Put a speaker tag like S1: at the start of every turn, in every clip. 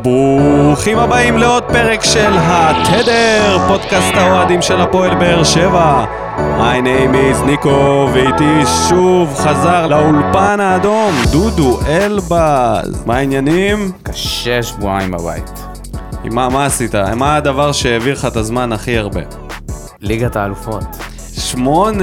S1: ברוכים הבאים לעוד פרק של התדר, פודקאסט האוהדים של הפועל באר שבע. My name is ניקו, ואיתי שוב חזר לאולפן האדום, דודו אלבז. מה העניינים?
S2: קשה שבועיים בבית.
S1: מה עשית? מה הדבר שהעביר לך את הזמן הכי הרבה?
S2: ליגת האלופות.
S1: 8-2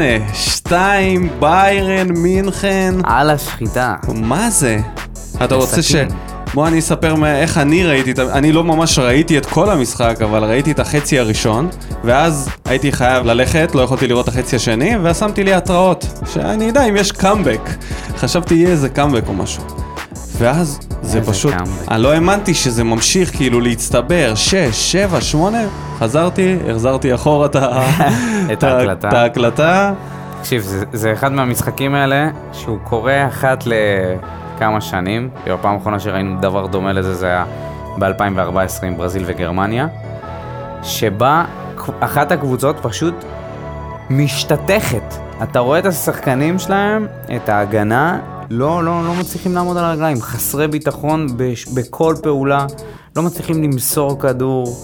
S1: ביירן מינכן.
S2: על השחיטה.
S1: מה זה? אתה רוצה בוא אני אספר איך אני ראיתי, אני לא ממש ראיתי את כל המשחק, אבל ראיתי את החצי הראשון, ואז הייתי חייב ללכת, לא יכולתי לראות את החצי השני, ושמתי לי התראות, שאני יודע אם יש קאמבק. חשבתי יהיה איזה קאמבק או משהו. ואז זה פשוט, אני לא האמנתי שזה ממשיך כאילו להצטבר, 6, 7, 8, חזרתי, החזרתי אחורה את ההקלטה.
S2: תקשיב, זה אחד מהמשחקים האלה, שהוא קורה אחת כמה שנים, בפעם האחרונה שראינו דבר דומה לזה, זה היה ב-2014 עם ברזיל וגרמניה, שבה אחת הקבוצות פשוט משתתחת. אתה רואה את השחקנים שלהם, את ההגנה, לא מצליחים לעמוד על הרגליים, חסרי ביטחון בכל פעולה, לא מצליחים למסור כדור.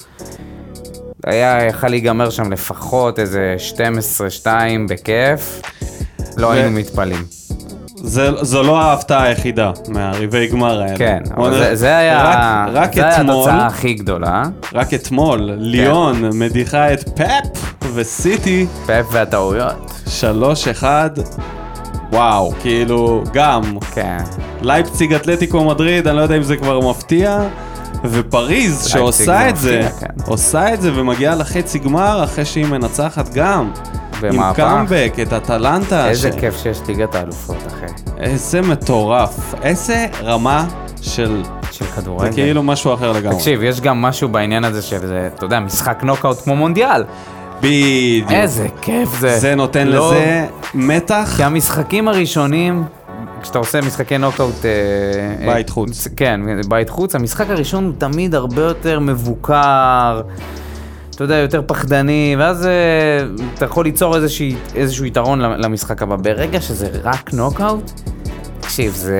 S2: יכול להיגמר שם לפחות איזה 12-2 בכיף, לא היינו מתפעלים.
S1: זו לא ההפתעה היחידה מהריבי גמר האלה.
S2: כן, אבל זה היה התוצאה הכי גדולה.
S1: רק אתמול, ליון מדיחה את פאפ וסיטי.
S2: פאפ והטעויות.
S1: 3-1, וואו, כאילו גם.
S2: כן.
S1: לייפציג אתלטיקו מדריד, אני לא יודע אם זה כבר מפתיע. ופריז שעושה את זה, עושה את זה ומגיעה לחצי גמר אחרי שהיא מנצחת גם. עם קאמבק, את אטלנטה.
S2: איזה כיף שיש ליגת האלופות, אחי.
S1: איזה מטורף. איזה רמה של
S2: כדורגל.
S1: זה כאילו משהו אחר לגמרי.
S2: תקשיב, יש גם משהו בעניין הזה של, אתה יודע, משחק נוקאוט כמו מונדיאל.
S1: בדיוק.
S2: איזה כיף זה.
S1: זה נותן לזה מתח.
S2: כי המשחקים הראשונים, כשאתה עושה משחקי נוקאוט...
S1: בית חוץ.
S2: כן, בית חוץ. המשחק הראשון הוא תמיד הרבה יותר מבוקר. אתה יודע, יותר פחדני, ואז אתה יכול ליצור איזשהו יתרון למשחק הבא. ברגע שזה רק נוקאוט, תקשיב, זה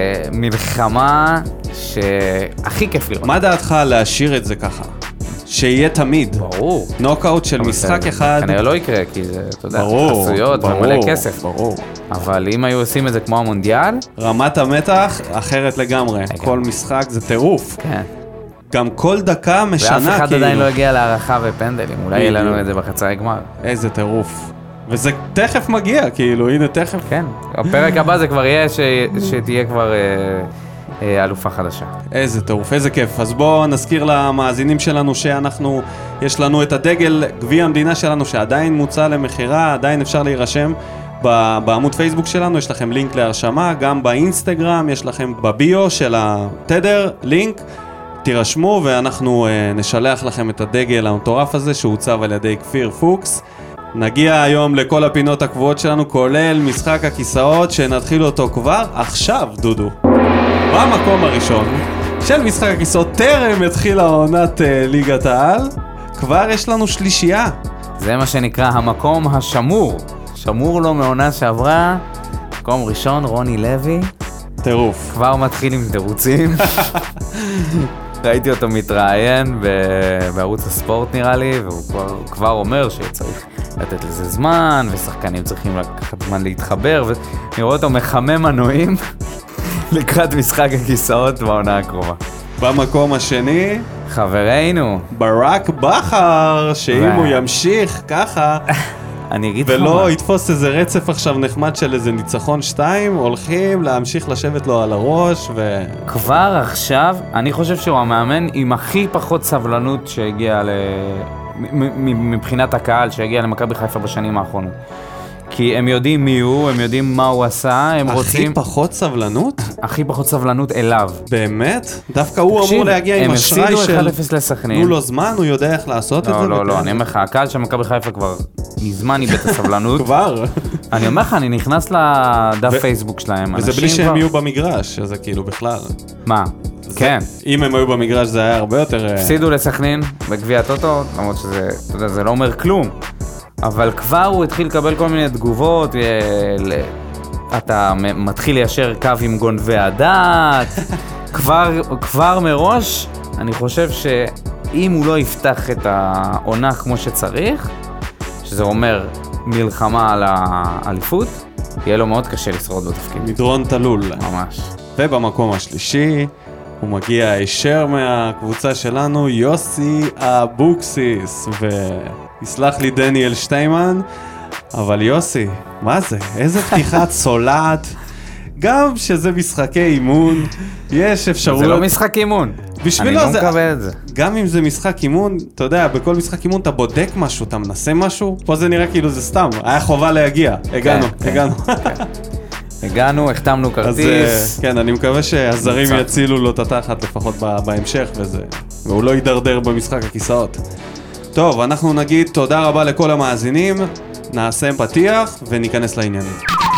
S2: מלחמה שהכי כיף לראות.
S1: מה דעתך להשאיר את זה ככה? שיהיה תמיד.
S2: ברור.
S1: נוקאוט של משחק אחד.
S2: כנראה לא יקרה, כי זה, אתה יודע, חסויות ומלא כסף.
S1: ברור.
S2: אבל אם היו עושים את זה כמו המונדיאל...
S1: רמת המתח אחרת לגמרי. כל משחק זה טירוף.
S2: כן.
S1: גם כל דקה משנה כאילו.
S2: ואף אחד עדיין לא הגיע להערכה ופנדלים, אולי יהיה לנו את זה בחצאי גמר.
S1: איזה טירוף. וזה תכף מגיע, כאילו, הנה תכף.
S2: כן, הפרק הבא זה כבר יהיה שתהיה כבר אלופה חדשה.
S1: איזה טירוף, איזה כיף. אז בואו נזכיר למאזינים שלנו יש לנו את הדגל גביע המדינה שלנו שעדיין מוצע למחירה, עדיין אפשר להירשם. בעמוד פייסבוק שלנו יש לכם לינק להרשמה, גם באינסטגרם יש לכם בביו של התדר לינק. תירשמו ואנחנו נשלח לכם את הדגל המטורף הזה שהוצב על ידי כפיר פוקס. נגיע היום לכל הפינות הקבועות שלנו, כולל משחק הכיסאות שנתחיל אותו כבר עכשיו, דודו. במקום הראשון של משחק הכיסאות טרם התחילה עונת ליגת העל, כבר יש לנו שלישייה.
S2: זה מה שנקרא המקום השמור. שמור לו מעונה שעברה, מקום ראשון רוני לוי.
S1: טירוף.
S2: כבר מתחיל עם תירוצים. ראיתי אותו מתראיין בערוץ הספורט נראה לי, והוא כבר אומר שצריך לתת לזה זמן, ושחקנים צריכים לקחת זמן להתחבר, ואני רואה אותו מחמם מנועים לקראת משחק הכיסאות בעונה הקרובה.
S1: במקום השני,
S2: חברינו,
S1: ברק בכר, שאם הוא ימשיך ככה,
S2: אני אגיד לך
S1: ולא יתפוס איזה רצף עכשיו נחמד של איזה ניצחון 2, הולכים להמשיך לשבת לו על הראש
S2: כבר עכשיו, אני חושב שהוא המאמן עם הכי פחות סבלנות שהגיע מבחינת הקהל שהגיע למכבי חיפה בשנים האחרונות. כי הם יודעים מי הוא, הם יודעים מה הוא עשה, הם רוצים...
S1: הכי פחות סבלנות?
S2: הכי פחות סבלנות אליו.
S1: באמת? דווקא הוא אמור להגיע עם אשראי של...
S2: הם הפסידו 1-0 לסכנין.
S1: תנו לו זמן, הוא יודע איך לעשות את זה.
S2: לא, אני אומר לך, הקהל של מכבי חיפה כבר מזמן איבד את הסבלנות.
S1: כבר?
S2: אני אומר לך, אני נכנס לדף פייסבוק שלהם.
S1: וזה בלי שהם יהיו במגרש, זה כאילו בכלל.
S2: מה? כן.
S1: אם הם היו במגרש זה היה הרבה יותר...
S2: הפסידו לסכנין בגביע הטוטו, למרות שזה, אתה יודע, זה לא אומר כלום. אבל כבר הוא התחיל לקבל כל מיני תגובות, אתה מתחיל ליישר קו עם גונבי הדעת, כבר מראש, אני חושב שאם הוא לא יפתח את העונה כמו שצריך, שזה אומר מלחמה על האליפות, יהיה לו מאוד קשה לשרוד בתפקיד.
S1: מדרון תלול.
S2: ממש.
S1: ובמקום השלישי, הוא מגיע הישר מהקבוצה שלנו, יוסי אבוקסיס, ויסלח לי דניאל שטיימן, אבל יוסי, מה זה? איזה פתיחת צולעת, גם שזה משחקי אימון, יש אפשרות...
S2: זה לא משחק אימון, אני לא מקבל את זה.
S1: גם אם זה משחק אימון, אתה יודע, בכל משחק אימון אתה בודק משהו, אתה מנסה משהו, פה זה נראה כאילו זה סתם, היה חובה להגיע, הגענו.
S2: הגענו, החתמנו כרטיס.
S1: כן, אני מקווה שהזרים יצילו לו את התחת לפחות בהמשך, והוא לא יידרדר במשחק הכיסאות. טוב, אנחנו נגיד תודה רבה לכל המאזינים, נעשה פתיח וניכנס לעניינים.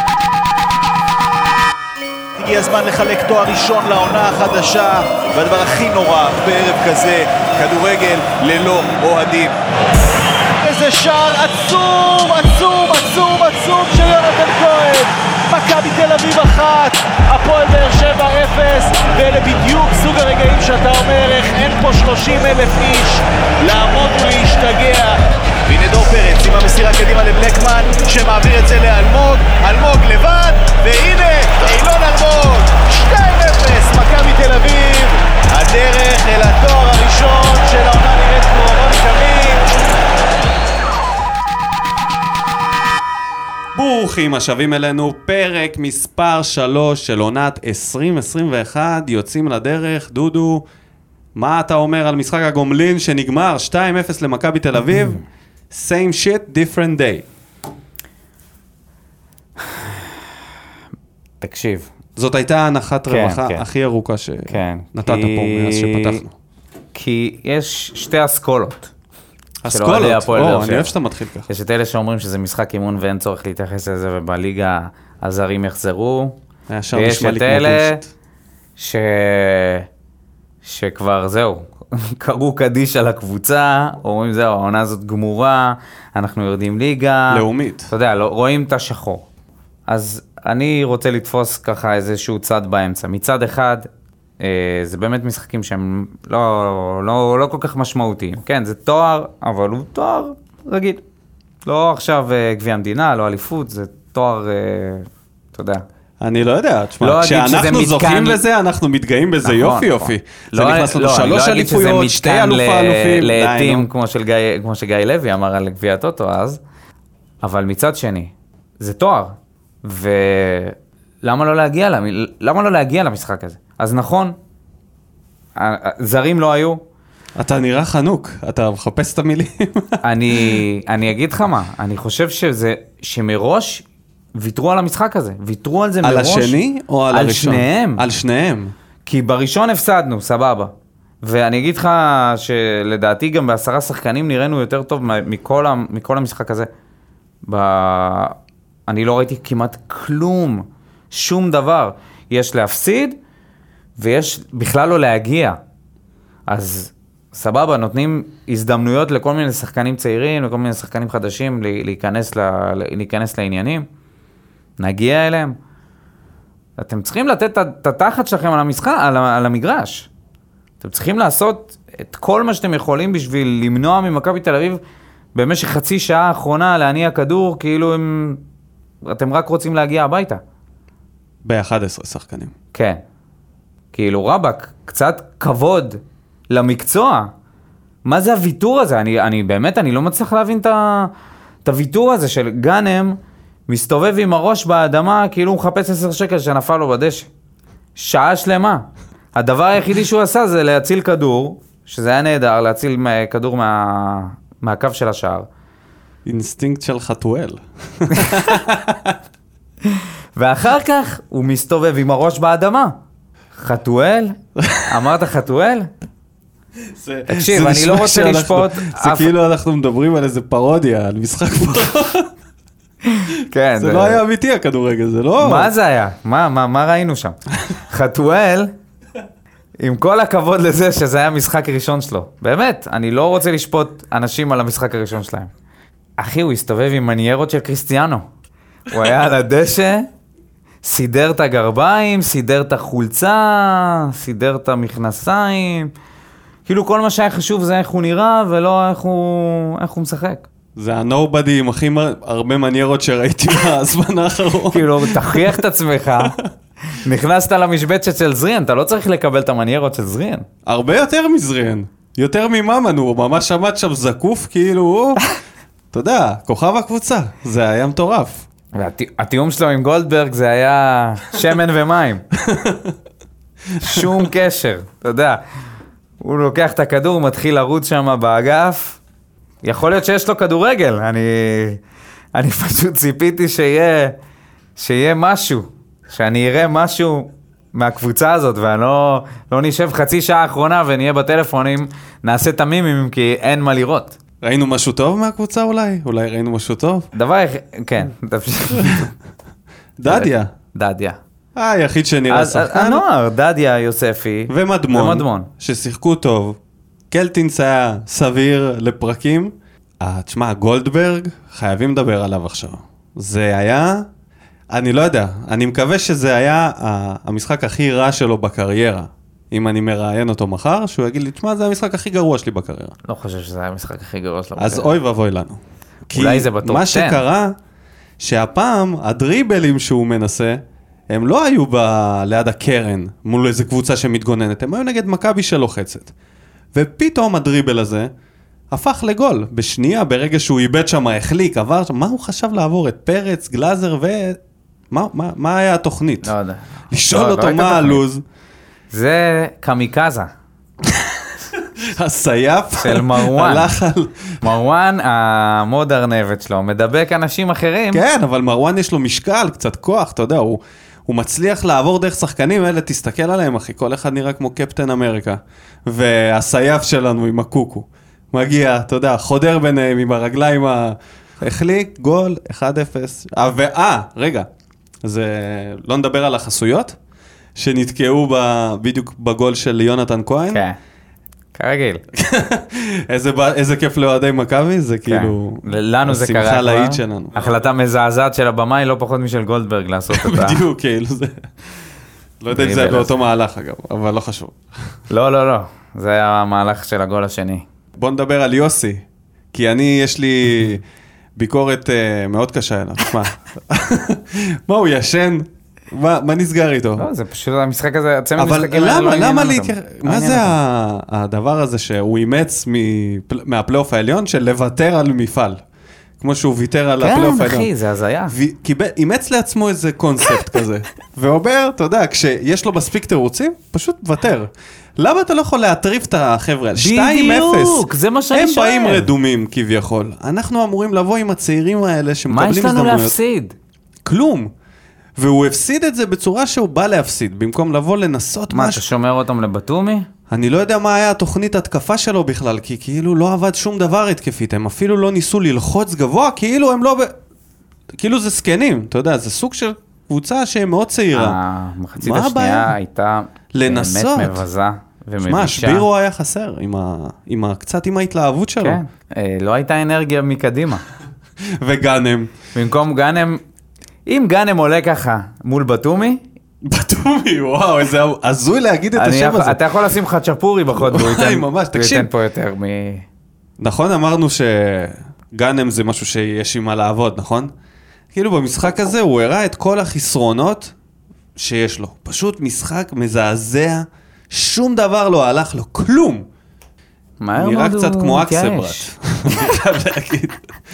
S3: הגיע הזמן לחלק תואר ראשון לעונה החדשה, והדבר הכי נורא בערב כזה, כדורגל ללא אוהדים. איזה שער עצום, עצום, עצום, עצום של יונתן כהן. מכבי תל אביב 1, הפועל באר שבע 0, ואלה בדיוק סוג הרגעים שאתה אומר איך אין פה 30,000 איש לעמוד ולהשתגע. והנה דור פרץ עם המסירה קדימה לבלקמן שמעביר את זה לאלמוג, אלמוג לבד, והנה אילון אלמוג 2-0 מכבי תל אביב. הדרך אל התואר הראשון של העונה נראית כמו רון קמים.
S1: ברוכים השבים אלינו, פרק מספר 3 של עונת 2021, יוצאים לדרך. דודו, מה אתה אומר על משחק הגומלין שנגמר 2-0 למכבי תל אביב? same shit, different day.
S2: תקשיב.
S1: זאת הייתה הנחת רווחה הכי ארוכה שנתת פה מאז שפתחנו.
S2: כי יש שתי אסכולות.
S1: אסכולות? אני אוהב שאתה מתחיל ככה.
S2: יש את אלה שאומרים שזה משחק אימון ואין צורך להתייחס לזה, ובליגה הזרים יחזרו. ויש את אלה שכבר זהו, קראו קדיש על הקבוצה, אומרים זהו, העונה הזאת גמורה, אנחנו יורדים ליגה.
S1: לאומית.
S2: אתה יודע, לא, רואים את השחור. אז אני רוצה לתפוס ככה איזשהו צד באמצע. מצד אחד, זה באמת משחקים שהם לא כל כך משמעותיים. כן, זה תואר, אבל הוא תואר רגיל. לא עכשיו גביע המדינה, לא אליפות, זה תואר, אתה יודע.
S1: אני לא יודע, תשמע, כשאנחנו זוכים בזה, אנחנו מתגאים בזה יופי. זה נכנס לנו 3 אליפויות, 2 אלופים.
S2: לעתים, כמו שגיא לוי אמר על גביע הטוטו אז, אבל מצד שני, זה תואר. ולמה לא להגיע למשחק הזה? אז נכון, זרים לא היו.
S1: אתה נראה חנוק, אתה מחפש את המילים.
S2: אני אגיד לך מה, אני חושב שמראש ויתרו על המשחק הזה, ויתרו על זה מראש.
S1: על השני או על הראשון?
S2: על שניהם.
S1: על שניהם.
S2: כי בראשון הפסדנו, סבבה. ואני אגיד לך שלדעתי גם ב10 שחקנים נראינו יותר טוב מכל המשחק הזה. אני לא ראיתי כמעט כלום, שום דבר. יש להפסיד, ויש בכלל לא להגיע. אז סבבה, נותנים הזדמנויות לכל מיני שחקנים צעירים, לכל מיני שחקנים חדשים להיכנס לעניינים. נגיע אליהם. אתם צריכים לתת את התחת שלכם על המגרש. אתם צריכים לעשות את כל מה שאתם יכולים בשביל למנוע ממכבי תל אביב במשך חצי שעה האחרונה להניע כדור, כאילו אתם רק רוצים להגיע הביתה.
S1: ב-11 שחקנים.
S2: כן. כאילו רבק, קצת כבוד למקצוע. מה זה הוויתור הזה? אני באמת, אני לא מצליח להבין את הוויתור הזה של גאנם מסתובב עם הראש באדמה, כאילו הוא מחפש 10 שקל שנפל לו בדשא. שעה שלמה. הדבר היחידי שהוא עשה זה להציל כדור, שזה היה נהדר, להציל כדור מהקו של השער.
S1: אינסטינקט של חתואל.
S2: ואחר כך הוא מסתובב עם הראש באדמה. חתואל? אמרת חתואל? תקשיב, אני לא רוצה לשפוט...
S1: זה כאילו אנחנו מדברים על איזה פרודיה, על משחק פרודיה.
S2: כן.
S1: זה לא היה אמיתי הכדורגל, זה לא...
S2: מה זה היה? מה ראינו שם? חתואל, עם כל הכבוד לזה שזה היה המשחק הראשון שלו. באמת, אני לא רוצה לשפוט אנשים על המשחק הראשון שלהם. אחי, הוא הסתובב עם מניירות של קריסטיאנו. הוא היה על הדשא, סידר את הגרביים, סידר את החולצה, סידר את המכנסיים. כאילו כל מה שהיה חשוב זה איך הוא נראה, ולא איך הוא משחק.
S1: זה הנובדי עם הכי הרבה מניירות שראיתי בזמן האחרון.
S2: כאילו, תכריח את עצמך. נכנסת למשבצת של זריאן, אתה לא צריך לקבל את המניירות של זריאן.
S1: הרבה יותר מזריאן. יותר מממן, הוא ממש עמד שם זקוף, כאילו הוא, אתה יודע, כוכב הקבוצה. זה היה מטורף.
S2: והתיאום שלו עם גולדברג זה היה שמן ומים. שום קשר, אתה יודע. הוא לוקח את הכדור, מתחיל לרוץ שם באגף. יכול להיות שיש לו כדורגל. אני פשוט ציפיתי שיהיה משהו. שאני אראה משהו מהקבוצה הזאת, ואני לא נשב חצי שעה האחרונה ונהיה בטלפונים, נעשה את המימים, כי אין מה לראות.
S1: ראינו משהו טוב מהקבוצה אולי? אולי ראינו משהו טוב?
S2: כן.
S1: דדיה. היחיד שנראה שחקן.
S2: הנוער, דדיה יוספי.
S1: ומדמון. ששיחקו טוב. קלטינס היה סביר לפרקים. תשמע, גולדברג, חייבים לדבר עליו עכשיו. זה היה, אני לא יודע, אני מקווה שזה היה המשחק הכי רע שלו בקריירה. אם אני מראיין אותו מחר, שהוא יגיד לי, תשמע, זה המשחק הכי גרוע שלי בקריירה.
S2: לא חושב שזה היה המשחק הכי גרוע שלו בקריירה.
S1: אז אוי ואבוי לנו.
S2: אולי זה בטופ 10.
S1: מה שקרה, שהפעם הדריבלים שהוא מנסה, הם לא היו ליד הקרן, מול איזו קבוצה שמתגוננת, הם היו נגד מכבי שלוחצת. ופתאום הדריבל הזה הפך לגול, בשנייה, ברגע שהוא איבד שם, החליק, עבר שם, מה הוא חשב לעבור? את פרץ, גלאזר מה היה התוכנית?
S2: לא יודע.
S1: לשאול אותו מה הלוז.
S2: זה קמיקזה.
S1: הסייף
S2: של מרואן.
S1: הלך על...
S2: מרואן, המוד ארנבת שלו, מדבק אנשים אחרים.
S1: כן, אבל מרואן יש לו משקל, קצת כוח, אתה יודע, הוא מצליח לעבור דרך שחקנים האלה, תסתכל עליהם, אחי, כל אחד נראה כמו קפטן אמריקה. והסייף שלנו עם הקוקו. מגיע, אתה יודע, חודר ביניהם עם הרגליים החליק, גול, 1-0. רגע, זה לא נדבר על החסויות, שנתקעו בדיוק בגול של יונתן כהן.
S2: כן, כרגיל.
S1: איזה כיף לאוהדי מכבי, זה כאילו...
S2: לנו זה קרה
S1: השמחה להיט שלנו.
S2: החלטה מזעזעת של הבמאי, לא פחות משל גולדברג לעשות אותה.
S1: בדיוק, כאילו זה... לא יודע אם זה באותו מהלך אגב, אבל לא חשוב.
S2: לא, זה היה המהלך של הגול השני.
S1: בוא נדבר על יוסי, כי יש לי ביקורת מאוד קשה אליו. מה, הוא ישן? מה נסגר איתו?
S2: לא, זה פשוט המשחק הזה,
S1: אבל למה מה זה הדבר הזה שהוא אימץ מהפלייאוף העליון של לוותר על מפעל? כמו שהוא ויתר על הפלייאוף העליון.
S2: כן, אחי, זה הזיה.
S1: כי אימץ לעצמו איזה קונספט כזה. ואומר, אתה יודע, כשיש לו מספיק תירוצים, פשוט וותר. למה אתה לא יכול להטריף את החבר'ה? 2-0.
S2: בדיוק, זה מה שאני שואל.
S1: הם באים רדומים כביכול. אנחנו אמורים לבוא עם הצעירים האלה שמקבלים הזדמנויות.
S2: מה יש לנו להפסיד?
S1: כלום. והוא הפסיד את זה בצורה שהוא בא להפסיד, במקום לבוא לנסות משהו.
S2: מה, אתה שומר אותם לבטומי?
S1: אני לא יודע מה היה התוכנית התקפה שלו בכלל, כי כאילו לא עבד שום דבר התקפית, הם אפילו לא ניסו ללחוץ גבוה, כאילו הם לא... כאילו זה סקנים, אתה יודע, זה סוג של קבוצה שהיא מאוד צעירה.
S2: המחצית השנייה הייתה באמת מבזה ומבישה.
S1: מה, שבירו היה חסר, קצת עם ההתלהבות שלו.
S2: כן, לא הייתה אנרגיה מקדימה.
S1: וגאנם.
S2: במקום גאנם, אם גאנם עולה ככה מול בטומי,
S1: בטומי, וואו, איזה עזוי להגיד את השם הזה.
S2: אתה יכול לשים חצ'פורי בחוד, והוא ייתן פה יותר מ...
S1: נכון, אמרנו שגאנם זה משהו שיש עם מה לעבוד, נכון? כאילו במשחק הזה הוא הראה את כל החסרונות שיש לו. פשוט משחק מזעזע, שום דבר לא הלך לו, כלום. נראה קצת כמו אקסברט. אני חייב להגיד.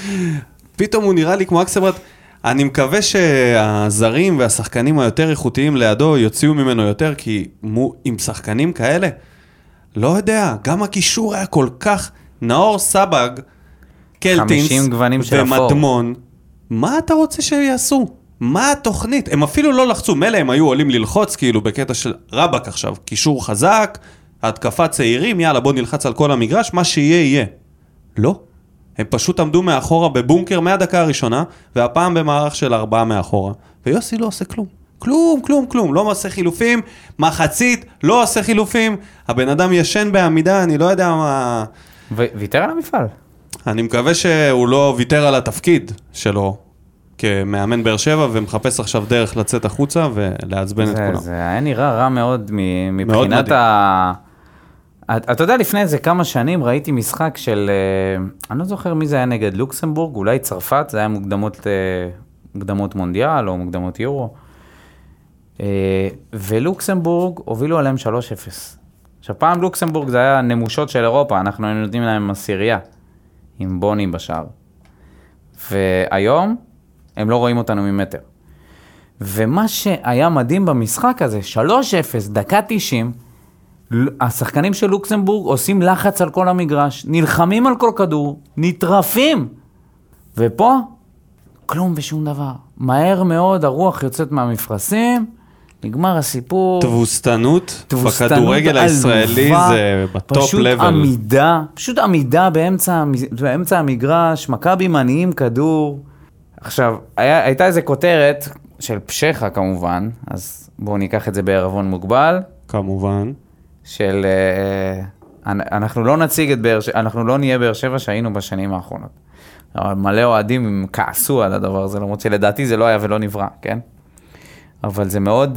S1: פתאום הוא נראה לי כמו אקסברט. אני מקווה שהזרים והשחקנים היותר איכותיים לידו יוציאו ממנו יותר, כי עם שחקנים כאלה, לא יודע, גם הקישור היה כל כך, נאור סבג, קלטינס ומדמון, מה אתה רוצה שיעשו? מה התוכנית? הם אפילו לא לחצו, מלא הם היו עולים ללחוץ, כאילו בקטע של רבק עכשיו, קישור חזק, התקפה צעירים, יאללה בוא נלחץ על כל המגרש, מה שיהיה יהיה. לא. הם פשוט עמדו מאחורה בבונקר מהדקה הראשונה, והפעם במערך של 4 מאחורה. ויוסי לא עושה כלום. כלום. לא עושה חילופים, מחצית, לא עושה חילופים. הבן אדם ישן בעמידה, אני לא יודע מה...
S2: ויתר על המפעל.
S1: אני מקווה שהוא לא ויתר על התפקיד שלו, כמאמן באר שבע, ומחפש עכשיו דרך לצאת החוצה ולעצבן את כולם.
S2: זה היה נראה רע מאוד מבחינת אתה יודע, לפני איזה כמה שנים ראיתי משחק של, אני לא זוכר מי זה היה נגד לוקסמבורג, אולי צרפת, זה היה מוקדמות מונדיאל או מוקדמות יורו, ולוקסמבורג הובילו עליהם 3-0. עכשיו, פעם לוקסמבורג זה היה נמושות של אירופה, אנחנו היינו נותנים להם עשירייה, עם בונים בשער. והיום, הם לא רואים אותנו ממטר. ומה שהיה מדהים במשחק הזה, 3-0, דקה 90, השחקנים של לוקסמבורג עושים לחץ על כל המגרש, נלחמים על כל כדור, נטרפים. ופה, כלום ושום דבר. מהר מאוד הרוח יוצאת מהמפרשים, נגמר הסיפור.
S1: תבוסתנות בכדורגל הישראלי זה בטופ לבל.
S2: פשוט עמידה באמצע המגרש, מכבי מניעים כדור. עכשיו, הייתה איזו כותרת של פשחה כמובן, אז בואו ניקח את זה בערבון מוגבל.
S1: כמובן.
S2: של אנחנו לא נציג את אנחנו לא נהיה באר שבע שהיינו בשנים האחרונות. מלא אוהדים כעסו על הדבר הזה, למרות שלדעתי זה לא היה ולא נברא, כן? אבל זה מאוד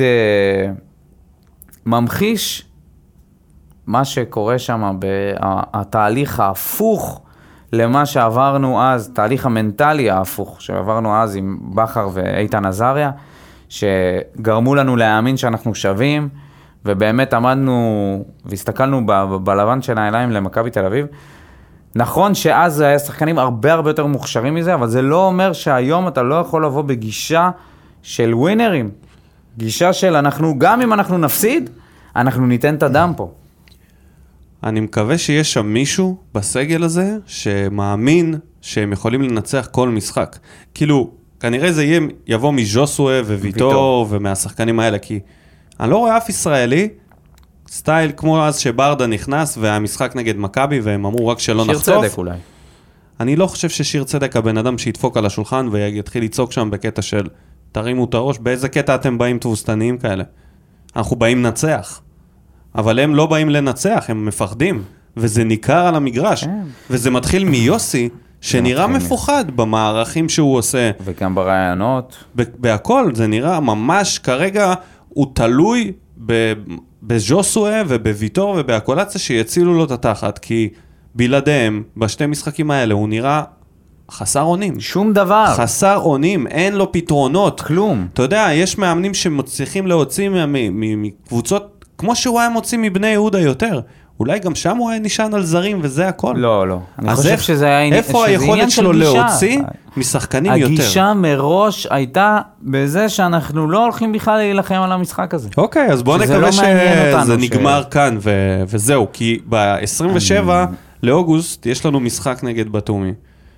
S2: ממחיש מה שקורה שם, התהליך ההפוך למה שעברנו אז, תהליך המנטלי ההפוך שעברנו אז עם בכר ואיתן עזריה, שגרמו לנו להאמין שאנחנו שווים, ובאמת עמדנו והסתכלנו בלבן של העיניים למכבי תל אביב. נכון שאז היה שחקנים הרבה יותר מוכשרים מזה, אבל זה לא אומר שהיום אתה לא יכול לבוא בגישה של ווינרים. גישה של גם אם אנחנו נפסיד, אנחנו ניתן את הדם פה.
S1: אני מקווה שיש שם מישהו בסגל הזה שמאמין שהם יכולים לנצח כל משחק. כאילו, כנראה זה יבוא מז'וסואה וויטור ומהשחקנים האלה, כי אני לא רואה אף ישראלי, סטייל כמו אז שברדה נכנס והמשחק נגד מכבי והם אמרו רק שלא נחטוף.
S2: שיר צדק אולי.
S1: אני לא חושב ששיר צדק הבן אדם שידפוק על השולחן ויתחיל לצעוק שם בקטע של תרימו את הראש, באיזה קטע אתם באים תבוסתניים כאלה? אנחנו באים לנצח. אבל הם לא באים לנצח, הם מפחדים, וזה ניכר על המגרש. וזה מתחיל מיוסי, שנראה מפוחד במערכים שהוא עושה.
S2: וגם ברעיונות.
S1: בהכל, זה נראה ממש כרגע הוא תלוי בז'וסואה ובוויטור ובאקולציה שיצילו לו את התחת, כי בלעדיהם, בשתי משחקים האלה, הוא נראה חסר אונים.
S2: שום דבר.
S1: חסר אונים, אין לו פתרונות.
S2: כלום.
S1: אתה יודע, יש מאמנים שמצליחים להוציא מקבוצות, כמו שהוא היה מוציא מבני יהודה יותר. אולי גם שם הוא היה נשען על זרים וזה הכל.
S2: לא, לא. אני חושב שזה היה עניין של גישה.
S1: איפה היכולת שלו להוציא משחקנים יותר?
S2: הגישה מראש הייתה בזה שאנחנו לא הולכים בכלל להילחם על המשחק הזה.
S1: אוקיי, אז בואו נקווה שזה נגמר כאן וזהו, כי ב-27 לאוגוסט יש לנו משחק נגד בתומי.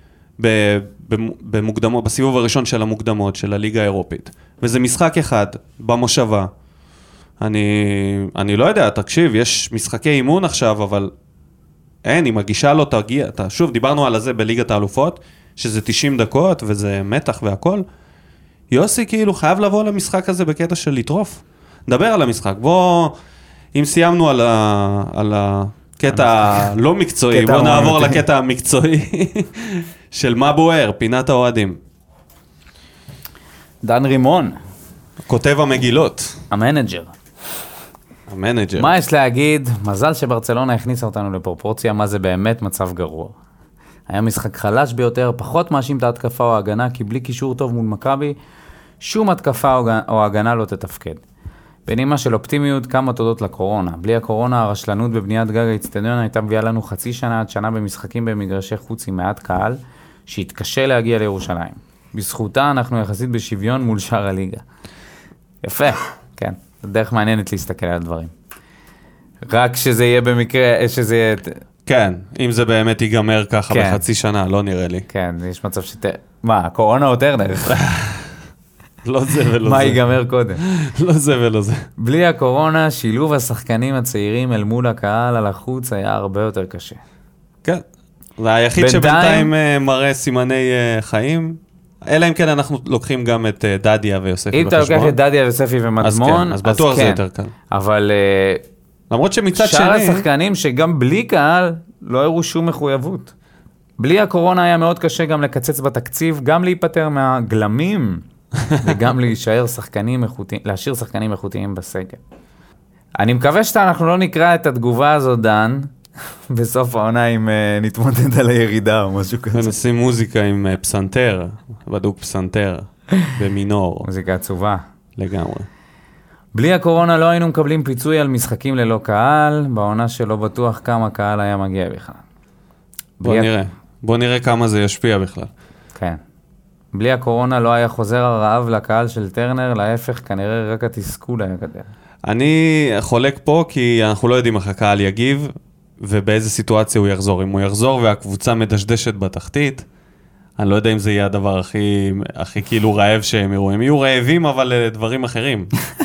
S1: בסיבוב הראשון של המוקדמות של הליגה האירופית. וזה משחק אחד במושבה. אני לא יודע, תקשיב, יש משחקי אימון עכשיו, אבל אין, אם הגישה לא תגיע, שוב, דיברנו על זה בליגת האלופות, שזה 90 דקות וזה מתח והכל. יוסי כאילו חייב לבוא למשחק הזה בקטע של לטרוף. נדבר על המשחק. בוא, אם סיימנו על הקטע לא מקצועי, בוא נעבור לקטע המקצועי של מה בוער, פינת האוהדים.
S2: דן רימון.
S1: כותב המגילות.
S2: המנג'ר. מה יש להגיד? מזל שברצלונה הכניסה אותנו לפרופורציה, מה זה באמת מצב גרוע. היה משחק חלש ביותר, פחות מאשים את ההתקפה או ההגנה, כי בלי קישור טוב מול מכבי, שום התקפה או הגנה לא תתפקד. בנימה של אופטימיות, כמה תודות לקורונה. בלי הקורונה, הרשלנות בבניית גג האצטדיון הייתה מביאה לנו חצי שנה עד שנה במשחקים במגרשי חוץ עם מעט קהל, שהתקשה להגיע לירושלים. בזכותה אנחנו יחסית בשוויון מול שאר הליגה. יפה, כן. זו דרך מעניינת להסתכל על הדברים. רק שזה יהיה במקרה, שזה יהיה...
S1: כן, אם זה באמת ייגמר ככה כן. בחצי שנה, לא נראה לי.
S2: כן, יש מצב מה, הקורונה או טרנר?
S1: לא זה ולא זה.
S2: מה ייגמר קודם?
S1: לא זה ולא זה.
S2: בלי הקורונה, שילוב השחקנים הצעירים אל מול הקהל על החוץ היה הרבה יותר קשה.
S1: כן, זה היחיד שבינתיים מראה סימני חיים. אלא אם כן אנחנו לוקחים גם את דדיה ויוספי
S2: בחשבון. אם אתה לוקח את דדיה ויוספי ומדמון,
S1: אז בטוח זה יותר קל.
S2: אבל
S1: למרות שמצד שני...
S2: שאר השחקנים שגם בלי קהל לא הראו שום מחויבות. בלי הקורונה היה מאוד קשה גם לקצץ בתקציב, גם להיפטר מהגלמים, וגם להישאר להשאיר שחקנים איכותיים בסגל. אני מקווה שאנחנו לא נקרא את התגובה הזאת, דן, בסוף העונה אם נתמודד על הירידה או משהו כזה.
S1: ונשים מוזיקה עם פסנתר, בדוק פסנתר, במינור.
S2: מוזיקה עצובה.
S1: לגמרי.
S2: בלי הקורונה לא היינו מקבלים פיצוי על משחקים ללא קהל, בעונה שלא בטוח כמה קהל היה מגיע בכלל.
S1: בוא נראה כמה זה ישפיע בכלל.
S2: כן. בלי הקורונה לא היה חוזר הרעב לקהל של טרנר, להפך כנראה רק התסכול היה גדל.
S1: אני חולק פה כי אנחנו לא יודעים איך הקהל יגיב, ובאיזה סיטואציה הוא יחזור. אם הוא יחזור והקבוצה מדשדשת בתחתית, אני לא יודע אם זה יהיה הדבר הכי כאילו רעב שהם יראו. הם יהיו רעבים אבל לדברים אחרים.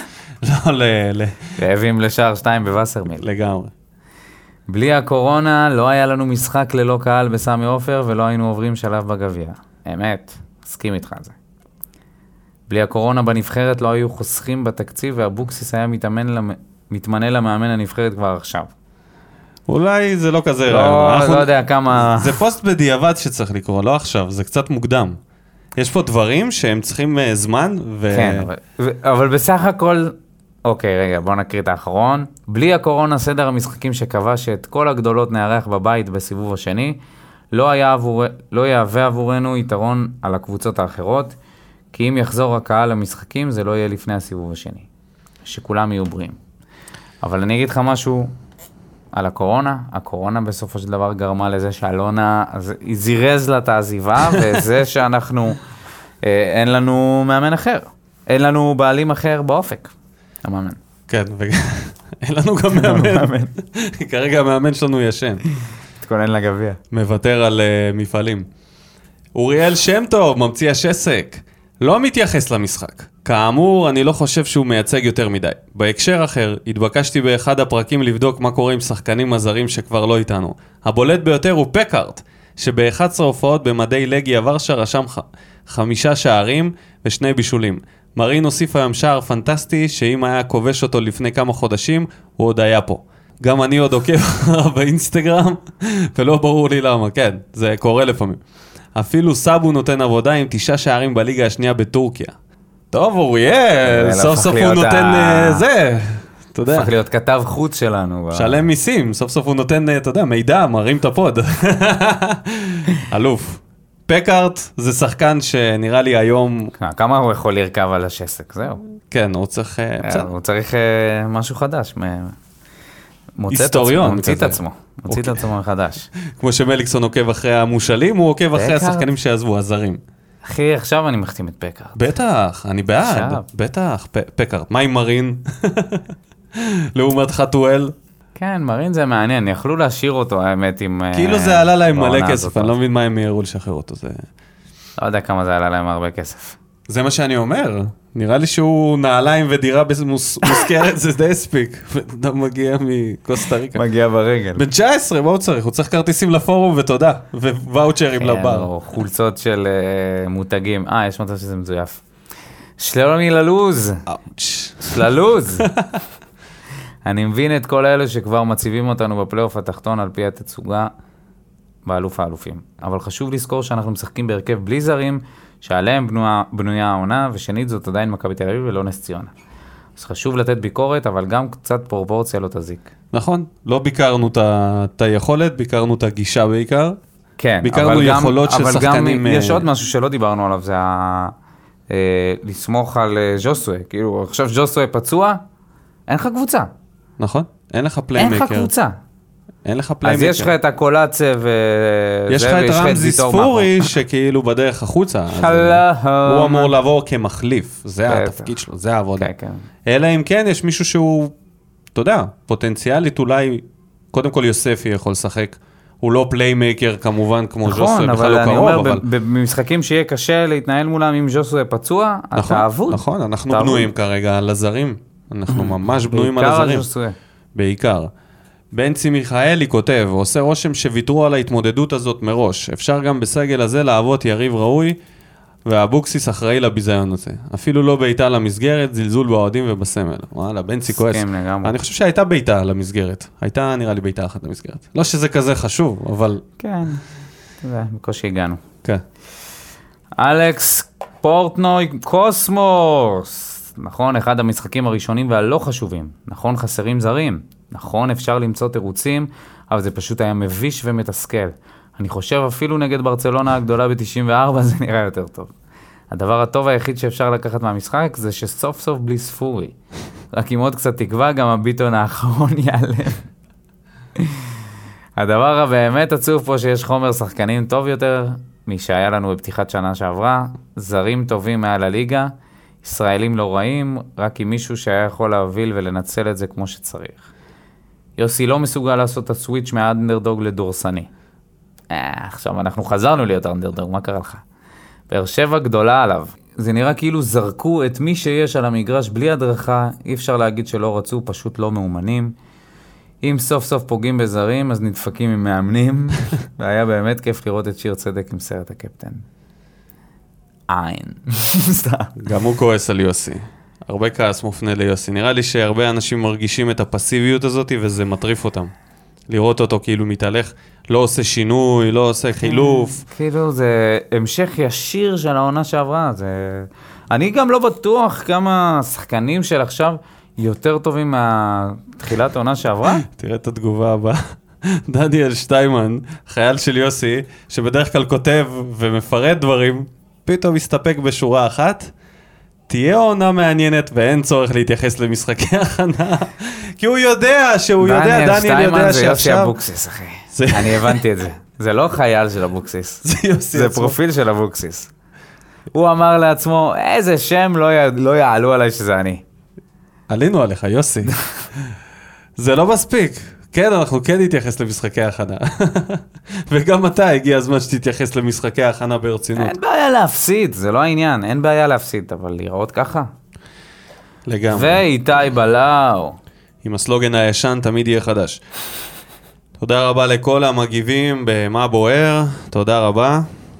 S2: רעבים לשער 2 בווסרמיל.
S1: לגמרי.
S2: בלי הקורונה לא היה לנו משחק ללא קהל בסמי עופר, ולא היינו עוברים שלב בגביע. אמת, מסכים איתך על זה. בלי הקורונה בנבחרת לא היו חוסכים בתקציב, והבוקסיס היה מתמנה למאמן הנבחרת כבר עכשיו.
S1: אולי זה לא כזה
S2: רעיון. לא יודע כמה...
S1: זה פוסט בדיעבד שצריך לקרוא, לא עכשיו, זה קצת מוקדם. יש פה דברים שהם צריכים זמן
S2: כן, אבל בסך הכל... אוקיי, רגע, בואו נקריא את האחרון. בלי הקורונה, סדר המשחקים שקבע שאת כל הגדולות נערך בבית בסיבוב השני, לא יהווה עבורנו יתרון על הקבוצות האחרות, כי אם יחזור הקהל למשחקים, זה לא יהיה לפני הסיבוב השני. שכולם יהיו בריאים. אבל אני אגיד לך משהו על הקורונה. הקורונה בסופו של דבר גרמה לזה שאלונה זירז לה את העזיבה, וזה שאנחנו, אין לנו מאמן אחר. אין לנו בעלים אחר באופק. המאמן.
S1: כן, אין לנו גם מאמן. כרגע המאמן שלנו ישן.
S2: תכונן לגביע.
S1: מוותר על מפעלים. אוריאל שם טוב, ממציא השסק. לא מתייחס למשחק. כאמור, אני לא חושב שהוא מייצג יותר מדי. בהקשר אחר, התבקשתי באחד הפרקים לבדוק מה קורה עם שחקנים הזרים שכבר לא איתנו. הבולט ביותר הוא פקארט, שב-11 הופעות במדי לגיה ורשה רשם 5 שערים ו2 בישולים. מרין הוסיף היום שער פנטסטי, שאם היה כובש אותו לפני כמה חודשים, הוא עוד היה פה. גם אני עוד עוקב באינסטגרם, ולא ברור לי למה, כן, זה קורה לפעמים. אפילו סאבו נותן עבודה עם 9 שערים בליגה השנייה בטורקיה. טוב, אוריאל, סוף סוף הוא נותן זה, אתה יודע.
S2: הפך להיות כתב חוץ שלנו.
S1: שלם מיסים, סוף סוף הוא נותן, אתה יודע, מידע, מרים את הפוד. אלוף. פקארט זה שחקן שנראה לי היום...
S2: כמה הוא יכול לרכב על השסק, זהו.
S1: כן, הוא צריך...
S2: הוא צריך משהו חדש.
S1: היסטוריון.
S2: מוציא את עצמו. מוציא את עצמו מחדש.
S1: כמו שמליקסון עוקב אחרי המושלים, הוא עוקב אחרי השחקנים שעזבו, הזרים.
S2: אחי, עכשיו אני מחתים את פקארט.
S1: בטח, אני בעד. בטח, פקארט. מה עם מרין? לעומת חתואל?
S2: כן, מרין זה מעניין, יכלו להשאיר אותו, האמת, עם...
S1: כאילו זה עלה להם מלא כסף, אני לא מבין מה הם יראו לשחרר אותו, זה...
S2: לא יודע כמה זה עלה להם הרבה כסף.
S1: זה מה שאני אומר, נראה לי שהוא נעליים ודירה מוזכרת, זה די הספיק, אתה מגיע מקוסטה ריקה.
S2: מגיע ברגל.
S1: בן 19, מה הוא צריך? הוא צריך כרטיסים לפורום ותודה, ווואוצ'רים לבר.
S2: או חולצות של מותגים, יש מצב שזה מזויף. שלומי ללוז. שללוז. אני מבין את כל האלה שכבר מציבים אותנו בפלייאוף התחתון על פי התצוגה באלוף האלופים. אבל חשוב לזכור שאנחנו משחקים בהרכב בלי זרים, שעליהם בנויה העונה, ושנית זאת עדיין מכבי תל אביב ולא נס ציונה. אז חשוב לתת ביקורת, אבל גם קצת פרופורציה לא תזיק.
S1: נכון, לא ביקרנו את היכולת, ביקרנו את הגישה בעיקר.
S2: כן,
S1: ביקרנו יכולות של שחקנים...
S2: אבל גם יש עוד משהו שלא דיברנו עליו, זה לסמוך על ז'וסווה. כאילו, עכשיו ז'וסווה פצוע, אין לך קבוצה.
S1: נכון, אין לך פליימקר.
S2: אין לך קבוצה.
S1: אין לך פליימקר.
S2: אז יש לך את הקולציה
S1: יש לך את רמזי ספורי שכאילו בדרך החוצה. הוא אמור לעבור כמחליף, זה התפקיד שלו, זה העבודה. אלא אם כן יש מישהו שהוא, אתה יודע, פוטנציאלית אולי, קודם כל יוספי יכול לשחק, הוא לא פליימקר כמובן כמו ז'וסווה, בכלל לא קרוב, אבל...
S2: במשחקים שיהיה קשה להתנהל מולם עם ז'וסווה פצוע, אתה אבוד.
S1: נכון, אנחנו בנויים כרגע על הזרים. אנחנו ממש בנויים על הזרים. בעיקר. בנצי מיכאלי כותב, עושה רושם שוויתרו על ההתמודדות הזאת מראש. אפשר גם בסגל הזה לעבוד יריב ראוי, והבוקסיס אחראי לביזיון הזה. אפילו לא בעיטה למסגרת, זלזול באוהדים ובסמל. וואלה, בנצי כועס. אני חושב שהייתה בעיטה למסגרת. הייתה נראה לי בעיטה אחת למסגרת. לא שזה כזה חשוב, אבל...
S2: כן. זה, בקושי הגענו.
S1: כן.
S2: אלכס פורטנוי קוסמוס. נכון, אחד המשחקים הראשונים והלא חשובים. נכון, חסרים זרים. נכון, אפשר למצוא תירוצים, אבל זה פשוט היה מביש ומתסכל. אני חושב אפילו נגד ברצלונה הגדולה ב-94 זה נראה יותר טוב. הדבר הטוב היחיד שאפשר לקחת מהמשחק זה שסוף סוף בלי ספורי. רק עם עוד קצת תקווה, גם הביטון האחרון יעלם. הדבר הבאמת עצוב פה שיש חומר שחקנים טוב יותר משהיה לנו בפתיחת שנה שעברה, זרים טובים מעל הליגה, ישראלים לא רעים, רק עם מישהו שהיה יכול להוביל ולנצל את זה כמו שצריך. יוסי לא מסוגל לעשות את הסוויץ' מהאנדרדוג לדורסני. עכשיו אנחנו חזרנו להיות אנדרדוג, מה קרה לך? באר שבע גדולה עליו. זה נראה כאילו זרקו את מי שיש על המגרש בלי הדרכה, אי אפשר להגיד שלא רצו, פשוט לא מאומנים. אם סוף סוף פוגעים בזרים, אז נדפקים עם מאמנים, והיה באמת כיף לראות את שיר צדק עם סרט הקפטן.
S1: גם הוא כועס על יוסי. הרבה כעס מופנה ליוסי. נראה לי שהרבה אנשים מרגישים את הפסיביות הזאת, וזה מטריף אותם. לראות אותו כאילו מתהלך, לא עושה שינוי, לא עושה חילוף.
S2: כאילו זה המשך ישיר של העונה שעברה. אני גם לא בטוח כמה שחקנים של עכשיו יותר טובים מהתחילת העונה שעברה.
S1: תראה את התגובה הבאה. דניאל שטיימן, חייל של יוסי, שבדרך כלל כותב ומפרט דברים, פתאום מסתפק בשורה אחת, תהיה עונה מעניינת ואין צורך להתייחס למשחקי הכנה, כי הוא יודע שהוא יודע, דניאל יודע שעכשיו...
S2: דניאל שטיימן זה יוסי אבוקסיס, אחי. אני הבנתי את זה. זה לא חייל של אבוקסיס. זה פרופיל של אבוקסיס. הוא אמר לעצמו, איזה שם לא יעלו עליי שזה אני.
S1: עלינו עליך, יוסי. זה לא מספיק. כן, אנחנו כן נתייחס למשחקי ההכנה. וגם מתי הגיע הזמן שתתייחס למשחקי ההכנה ברצינות.
S2: אין בעיה להפסיד, זה לא העניין. אין בעיה להפסיד, אבל לראות ככה.
S1: לגמרי.
S2: ואיתי בלאו. עם
S1: הסלוגן הישן תמיד יהיה חדש. תודה רבה לכל המגיבים במה בוער. תודה רבה.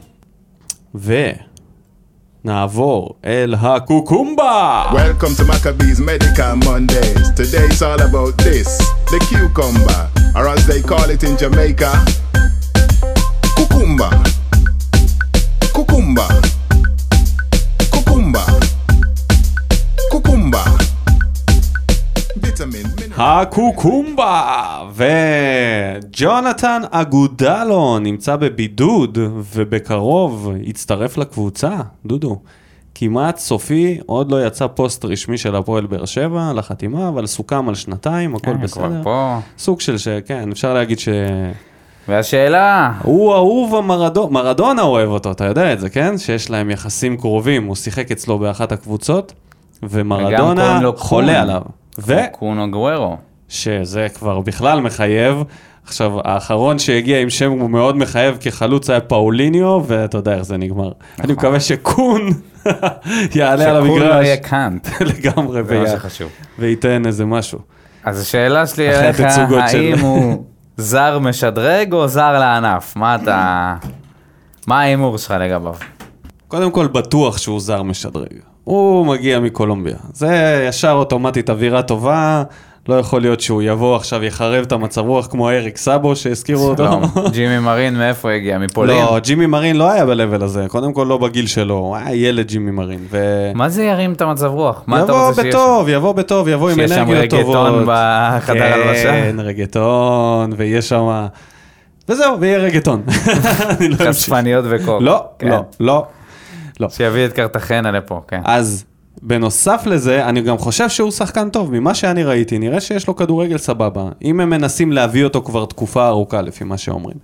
S1: נעבור אל הקוקומבה.
S4: Welcome to Maccabees Medical Mondays. Today it's all about this, the cucumber, or as they call it in Jamaica, cucumba. Cucumba. Cucumba. Cucumba. Vitamins.
S1: הקוקומבה. וג'ונתן אגודלו נמצא בבידוד ובקרוב יצטרף לקבוצה. דודו, כמעט סופי, עוד לא יצא פוסט רשמי של הפועל באר שבע לחתימה, אבל סוכם על שנתיים, הכל בסדר. סוג של כן, אפשר להגיד ש...
S2: והשאלה...
S1: הוא אהוב מרדונה אוהב אותו, אתה יודע את זה, כן? שיש להם יחסים קרובים, הוא שיחק אצלו באחת הקבוצות, ומרדונה חולה עליו.
S2: קונו גוורו.
S1: שזה כבר בכלל מחייב. עכשיו, האחרון שהגיע עם שם הוא מאוד מחייב כחלוץ היה פאוליניו, ואתה יודע איך זה נגמר. אני מקווה שקון יעלה על המגרש.
S2: שקון לא יהיה קאנט.
S1: לגמרי, וייתן איזה משהו.
S2: אז השאלה שלי אליך, האם הוא זר משדרג או זר לענף? מה האימור שלך לגביו?
S1: קודם כל, בטוח שהוא זר משדרג. הוא מגיע מקולומביה. זה ישר אוטומטית אווירה טובה, לא יכול להיות שהוא יבוא עכשיו, יחרב את המצב רוח כמו אריק סאבו שהזכירו אותו.
S2: ג'ימי מרין מאיפה הגיע? מפולין?
S1: לא, ג'ימי מרין לא היה בלבל הזה, קודם כל לא בגיל שלו, הוא היה ילד ג'ימי מרין.
S2: מה זה ירים את המצב רוח?
S1: יבוא עם אנרגיות טובות.
S2: שיש שם רגטון בחדר הלבשה?
S1: כן, רגטון, ויהיה שם... וזהו, ויהיה רגטון.
S2: חשפניות וקוק.
S1: לא.
S2: שיביא את קרטחנה לפה, כן.
S1: אז בנוסף לזה, אני גם חושב שהוא שחקן טוב. ממה שאני ראיתי, נראה שיש לו כדורגל סבבה. אם הם מנסים להביא אותו כבר תקופה ארוכה, לפי מה שאומרים.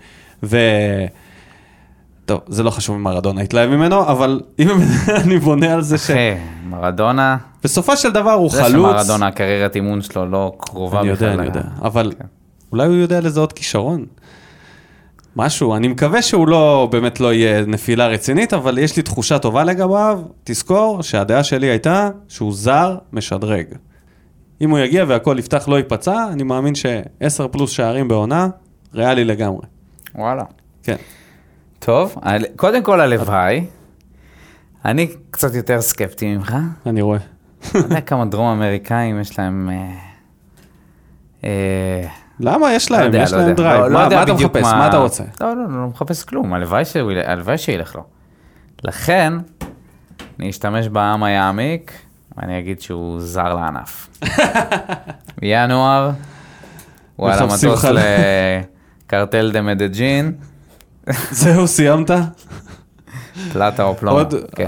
S1: טוב, זה לא חשוב אם מרדונה התלהב ממנו, אבל אם אני בונה על זה ש...
S2: מרדונה...
S1: בסופו של דבר הוא חלוץ...
S2: זה שמרדונה, הקריירת אימון שלו לא קרובה בכלל.
S1: אני יודע, אבל אולי הוא יודע לזהות כישרון. משהו, אני מקווה שהוא לא, באמת לא יהיה נפילה רצינית, אבל יש לי תחושה טובה לגביו, תזכור שהדעה שלי הייתה שהוא זר משדרג. אם הוא יגיע והכל יפתח לא ייפצע, אני מאמין ש10 פלוס שערים בעונה, ריאלי לגמרי.
S2: וואלה.
S1: כן.
S2: טוב, קודם כל הלוואי, אני קצת יותר סקפטי ממך.
S1: אני רואה.
S2: אני יודע כמה דרום אמריקאים יש להם...
S1: למה? יש להם,
S2: יודע,
S1: יש
S2: לא
S1: להם
S2: יודע.
S1: דרייב.
S2: לא יודע
S1: מה אתה
S2: בדיוק
S1: מחפש? מה אתה רוצה?
S2: לא מחפש כלום, הלוואי שילך לו. לכן, אני אשתמש בעם היעמיק, ואני אגיד שהוא זר לענף. בינואר, הוא על המטוס לקרטל דה מדג'ין.
S1: זהו, סיימת?
S2: פלטה או פלומו, כן.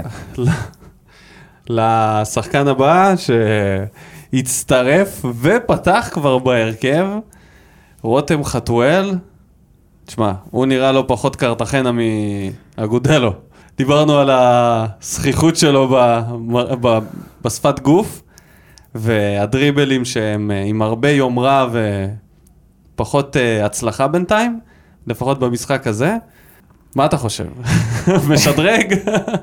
S1: לשחקן הבא שהצטרף ופתח כבר בהרכב, רותם חתואל. תשמע, הוא נראה לו פחות קרטחנה מאגודלו. דיברנו על הזכיחות שלו בשפת גוף, והדריבלים שהם עם הרבה יומרה ופחות הצלחה בינתיים, לפחות במשחק הזה. מה אתה חושב? משדרג?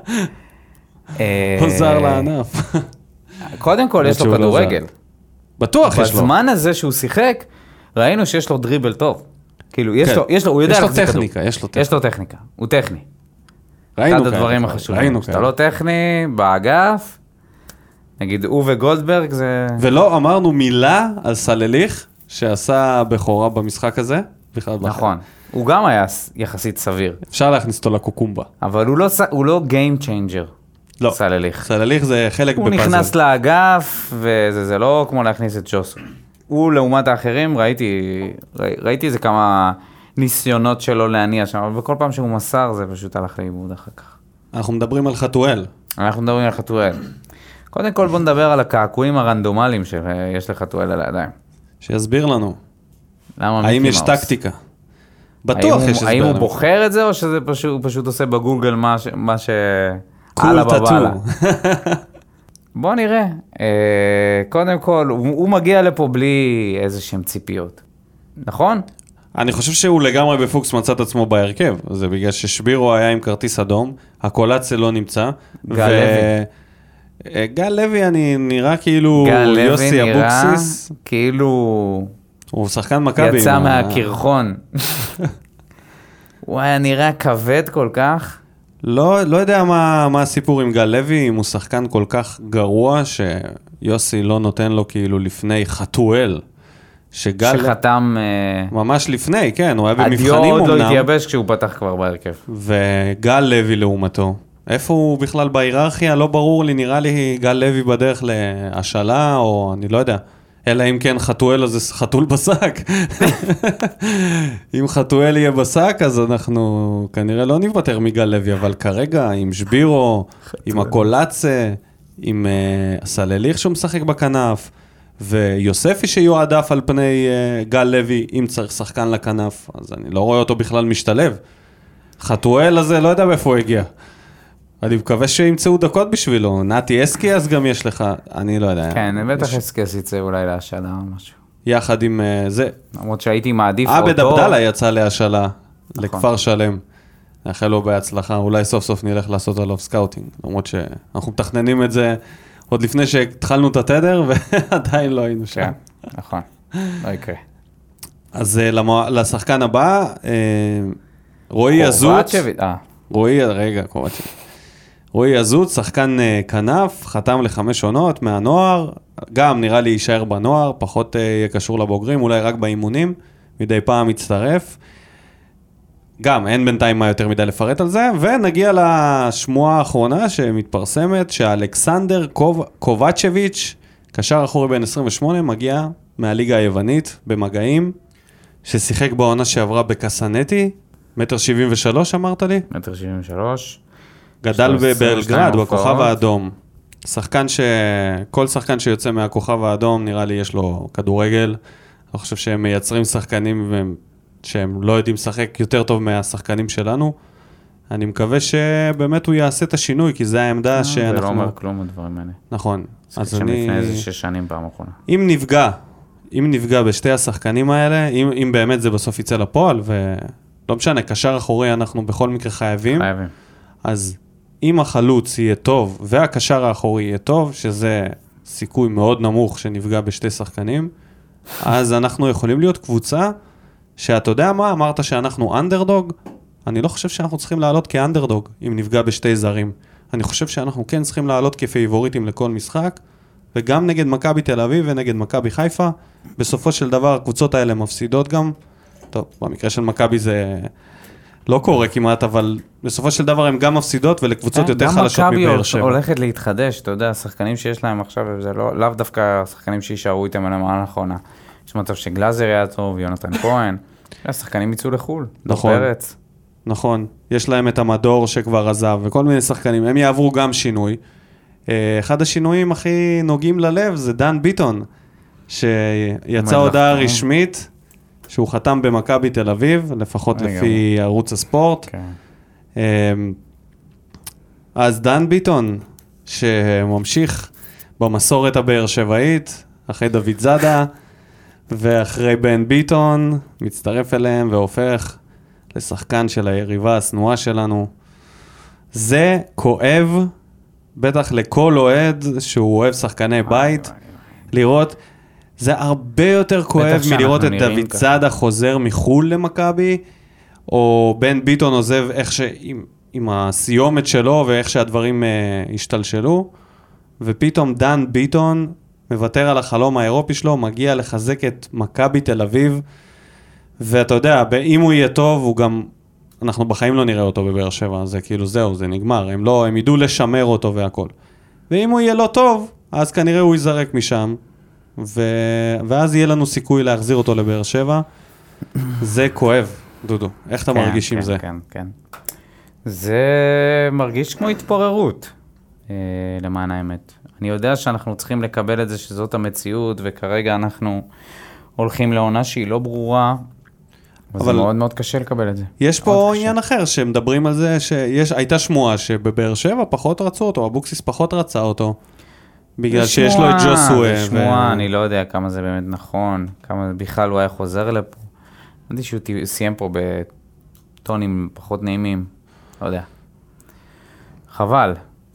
S1: עוזר לענף.
S2: קודם כל יש לו כדורגל.
S1: בטוח יש לו.
S2: בזמן הזה שהוא שיחק, ראינו שיש לו דריבל טוב. כאילו, הוא יודע להחזיק כדור. יש לו טכניקה, הוא טכני. אחד הדברים החשובים. שאתה לא טכני, באגף, נגיד הוא וגולדברג זה...
S1: ולא אמרנו מילה על סלליך, שעשה בכורה במשחק הזה.
S2: נכון. הוא גם היה יחסית סביר.
S1: אפשר להכניס אותו לקוקומבה.
S2: אבל הוא לא game changer.
S1: לא.
S2: סלליך.
S1: סלליך זה חלק בפאזל.
S2: הוא נכנס לאגף, וזה לא כמו להכניס את ג'וסו. הוא לעומת האחרים, ראיתי איזה כמה ניסיונות שלו להניע שם, אבל בכל פעם שהוא מסר, זה פשוט הלך לאיבוד אחר כך.
S1: אנחנו מדברים על חתואל.
S2: קודם כל בוא נדבר על הקעקועים הרנדומליים שיש לחתואל על הידיים.
S1: שיסביר לנו.
S2: האם
S1: יש טקטיקה? בטוח יש הסבר.
S2: האם הוא בוחר את זה, או שהוא פשוט עושה בגוגל מה ש...
S1: קול טאטו.
S2: בוא נראה. קודם כל, הוא מגיע לפה בלי איזה שהם ציפיות. נכון?
S1: אני חושב שהוא לגמרי בפוקס מצא את עצמו בהרכב. זה בגלל ששבירו היה עם כרטיס אדום, הקולציה לא נמצא. גל לוי אני נראה כאילו יוסי אבוקסיס.
S2: כאילו...
S1: הוא שחקן מכבי.
S2: יצא מהקרחון. הוא היה נראה כבד כל כך.
S1: לא יודע מה הסיפור עם גל לוי, אם הוא שחקן כל כך גרוע, שיוסי לא נותן לו כאילו לפני חתואל.
S2: שחתם...
S1: ממש לפני, כן, הוא היה במבחנים
S2: הדיו
S1: אומנם.
S2: עוד לא התייבש כשהוא פתח כבר בהרכב.
S1: וגל לוי לעומתו. איפה הוא בכלל בהיררכיה? לא ברור לי, נראה לי גל לוי בדרך להשאלה, או אני לא יודע. אלא אם כן חתואל, אז זה חתול בשק. אם חתואל יהיה בשק, אז אנחנו כנראה לא נוותר מגל לוי, אבל כרגע עם שבירו, עם הקולצה, עם סלליך שהוא משחק בכנף, ויוספי שיועדף על פני גל לוי, אם צריך שחקן לכנף, אז אני לא רואה אותו בכלל משתלב. חתואל הזה, לא יודע באיפה הוא הגיע. אני מקווה שימצאו דקות בשבילו. נתי אסקי אז גם יש לך, אני לא יודע.
S2: כן, בטח אסקי יצא אולי להשאלה או משהו.
S1: יחד עם זה.
S2: למרות שהייתי מעדיף אותו.
S1: עבד עבדאללה יצא להשאלה, לכפר שלם. נאחל לו בהצלחה, אולי סוף סוף נלך לעשות עליו סקאוטינג. למרות שאנחנו מתכננים את זה עוד לפני שהתחלנו את התדר, ועדיין לא היינו שם.
S2: כן, נכון. לא יקרה.
S1: אז לשחקן הבא, רועי אזות. רועי אזות, שחקן כנף, חתם ל5 עונות מהנוער, גם נראה לי יישאר בנוער, פחות יהיה קשור לבוגרים, אולי רק באימונים, מדי פעם יצטרף. גם אין בינתיים מה יותר מדי לפרט על זה, ונגיע לשמועה האחרונה שמתפרסמת, שאלכסנדר קובצ'ביץ', קשר אחורי בן 28, מגיע מהליגה היוונית במגעים, ששיחק בעונה שעברה בקסנטי, 1.73 אמרת לי?
S2: 1.73
S1: גדל בבלגרד, בכוכב האדום. כל שחקן שיוצא מהכוכב האדום, נראה לי יש לו כדורגל. אני חושב שהם מייצרים שחקנים שהם לא יודעים לשחק יותר טוב מהשחקנים שלנו. אני מקווה שבאמת הוא יעשה את השינוי, כי זה העמדה שאנחנו...
S2: זה לא אומר כלום הדברים האלה.
S1: נכון.
S2: אז אני... לפני איזה 6 שנים פעם אחרונה.
S1: אם נפגע בשתי השחקנים האלה, אם באמת זה בסוף יצא לפועל, ולא משנה, קשר אחורי אנחנו בכל מקרה חייבים. אז אם החלוץ יהיה טוב, והקשר האחורי יהיה טוב, שזה סיכוי מאוד נמוך שנפגע בשתי שחקנים, אז אנחנו יכולים להיות קבוצה, שאתה יודע מה, אמרת שאנחנו אנדרדוג, אני לא חושב שאנחנו צריכים לעלות כאנדרדוג, אם נפגע בשתי זרים. אני חושב שאנחנו כן צריכים לעלות כפייבוריטים לכל משחק, וגם נגד מכבי תל אביב ונגד מכבי חיפה. בסופו של דבר, הקבוצות האלה מפסידות גם. טוב, במקרה של מכבי זה לא קורה כמעט, אבל בסופו של דבר הן גם מפסידות, ולקבוצות יותר חלשות מבאר שבע.
S2: גם מכבי הולכת להתחדש, אתה יודע, השחקנים שיש להם עכשיו, זה לאו דווקא השחקנים שישארו איתם על המעלה האחרונה. יש מצב שגלאזר היה טוב, יונתן כהן, השחקנים יצאו לחול,
S1: נכון,
S2: פרץ.
S1: נכון, יש להם את המדור שכבר עזב, וכל מיני שחקנים, הם יעברו גם שינוי. אחד השינויים הכי נוגעים ללב זה דן ביטון, שיצא הודעה רשמית, שהוא חתם במכבי תל אביב, לפחות לפי ערוץ הספורט. אז דן ביטון, שממשיך במסורת הבאר שבעית, אחרי דוד זאדה, ואחרי בן ביטון, מצטרף אליהם והופך לשחקן של היריבה הסנועה שלנו. זה כואב, בטח לכל אוהד שהוא אוהב שחקני בית, לראות, זה הרבה יותר כואב מלראות את דוד זאדה חוזר מחול למכבי, או בן ביטון עוזב איך עם הסיומת שלו ואיך שהדברים השתלשלו, ופתאום דן ביטון מוותר על החלום האירופי שלו, מגיע לחזק את מכבי תל אביב, ואתה יודע, אם הוא יהיה טוב, הוא גם, אנחנו בחיים לא נראה אותו בבאר שבע, זה כאילו זהו, זה נגמר, הם ידעו לשמר אותו והכל. ואם הוא יהיה לא טוב, אז כנראה הוא ייזרק משם, ואז יהיה לנו סיכוי להחזיר אותו לבאר שבע. זה כואב, דודו. איך אתה מרגיש עם זה?
S2: כן, כן. זה מרגיש כמו התפוררות, למען האמת. אני יודע שאנחנו צריכים לקבל את זה שזאת המציאות, וכרגע אנחנו הולכים לעונה שהיא לא ברורה, אבל זה מאוד מאוד קשה לקבל את זה.
S1: יש פה עניין אחר שמדברים על זה, שהייתה שמועה שבבאר שבע פחות רצו אותו, אבוקסיס פחות רצה אותו, בגלל שיש לו את ג'וסווה.
S2: זה שמועה, אני לא יודע כמה זה באמת נכון, כמה בכלל הוא היה חוזר לפה. אמרתי שהוא סיים פה בטונים פחות נעימים, לא יודע. חבל.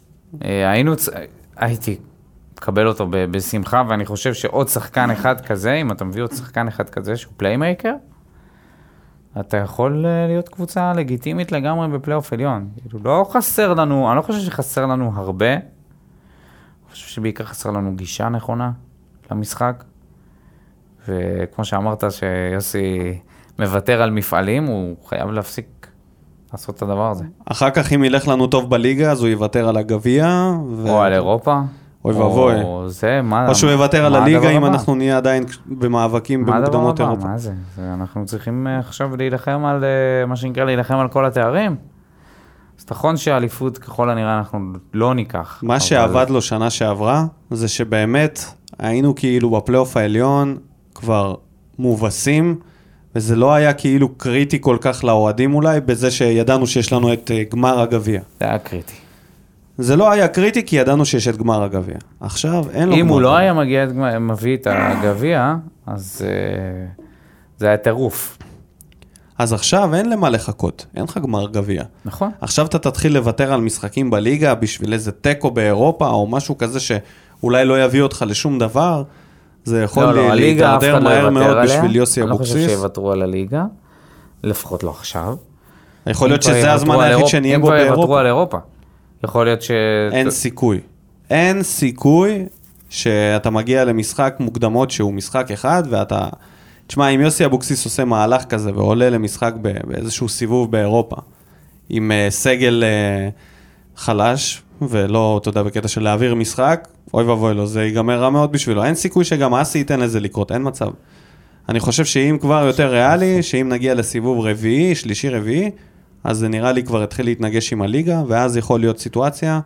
S2: הייתי מקבל אותו בשמחה, ואני חושב שעוד שחקן אחד כזה, אם אתה מביא עוד שחקן אחד כזה שהוא פליימייקר, אתה יכול להיות קבוצה לגיטימית לגמרי בפלייאוף עליון. לא חסר לנו, אני לא חושב שחסר לנו הרבה, אני חושב שבעיקר חסר לנו גישה נכונה למשחק, וכמו שאמרת שיוסי מוותר על מפעלים, הוא חייב להפסיק לעשות את הדבר הזה.
S1: אחר כך אם ילך לנו טוב בליגה, אז הוא יוותר על הגביע.
S2: או על אירופה.
S1: אוי ואבוי. או שהוא יוותר על הליגה אם אנחנו נהיה עדיין במאבקים במוקדמות אירופה.
S2: מה זה? אנחנו צריכים עכשיו להילחם על, מה שנקרא להילחם על כל התארים. אז נכון שהאליפות ככל הנראה אנחנו לא ניקח.
S1: מה שעבד לו שנה שעברה, זה שבאמת היינו כאילו בפלייאוף העליון כבר מובסים, וזה לא היה כאילו קריטי כל כך לאוהדים אולי, בזה שידענו שיש לנו את גמר הגביע.
S2: זה היה קריטי.
S1: זה לא היה קריטי, כי ידענו שיש את גמר הגביע. עכשיו אין לו גמר.
S2: אם הוא לא היה מביא את הגביע, אז זה היה טירוף.
S1: אז עכשיו אין למה לחכות, אין לך גמר גביע.
S2: נכון.
S1: עכשיו אתה תתחיל לוותר על משחקים בליגה, בשביל איזה טקו באירופה, או משהו כזה שאולי לא יביא אותך לשום דבר. זה יכול להתדרדר מהר מאוד בשביל יוסי אבוקסיס.
S2: אני לא חושב שיוותרו על הליגה, לפחות לא עכשיו.
S1: יכול להיות שזה הזמן היחיד שנהיה בו באירופה.
S2: אם כבר יוותרו על אירופה. יכול להיות
S1: אין סיכוי. אין סיכוי שאתה מגיע למשחק מוקדמות שהוא משחק אחד, ואתה... תשמע, אם יוסי אבוקסיס עושה מהלך כזה ועולה למשחק באיזשהו סיבוב באירופה, עם סגל חלש, ולא, אתה יודע, בקטע של להעביר משחק, אוי ובוי לו, זה ייגמר רע מאוד בשבילו. אין סיכוי שגם אסי ייתן לזה לקרות, אין מצב. אני חושב שאם כבר יותר ריאלי, שאם נגיע לסיבוב רביעי, שלישי רביעי, אז זה נראה לי כבר התחיל להתנגש עם הליגה, ואז יכול להיות סיטואציה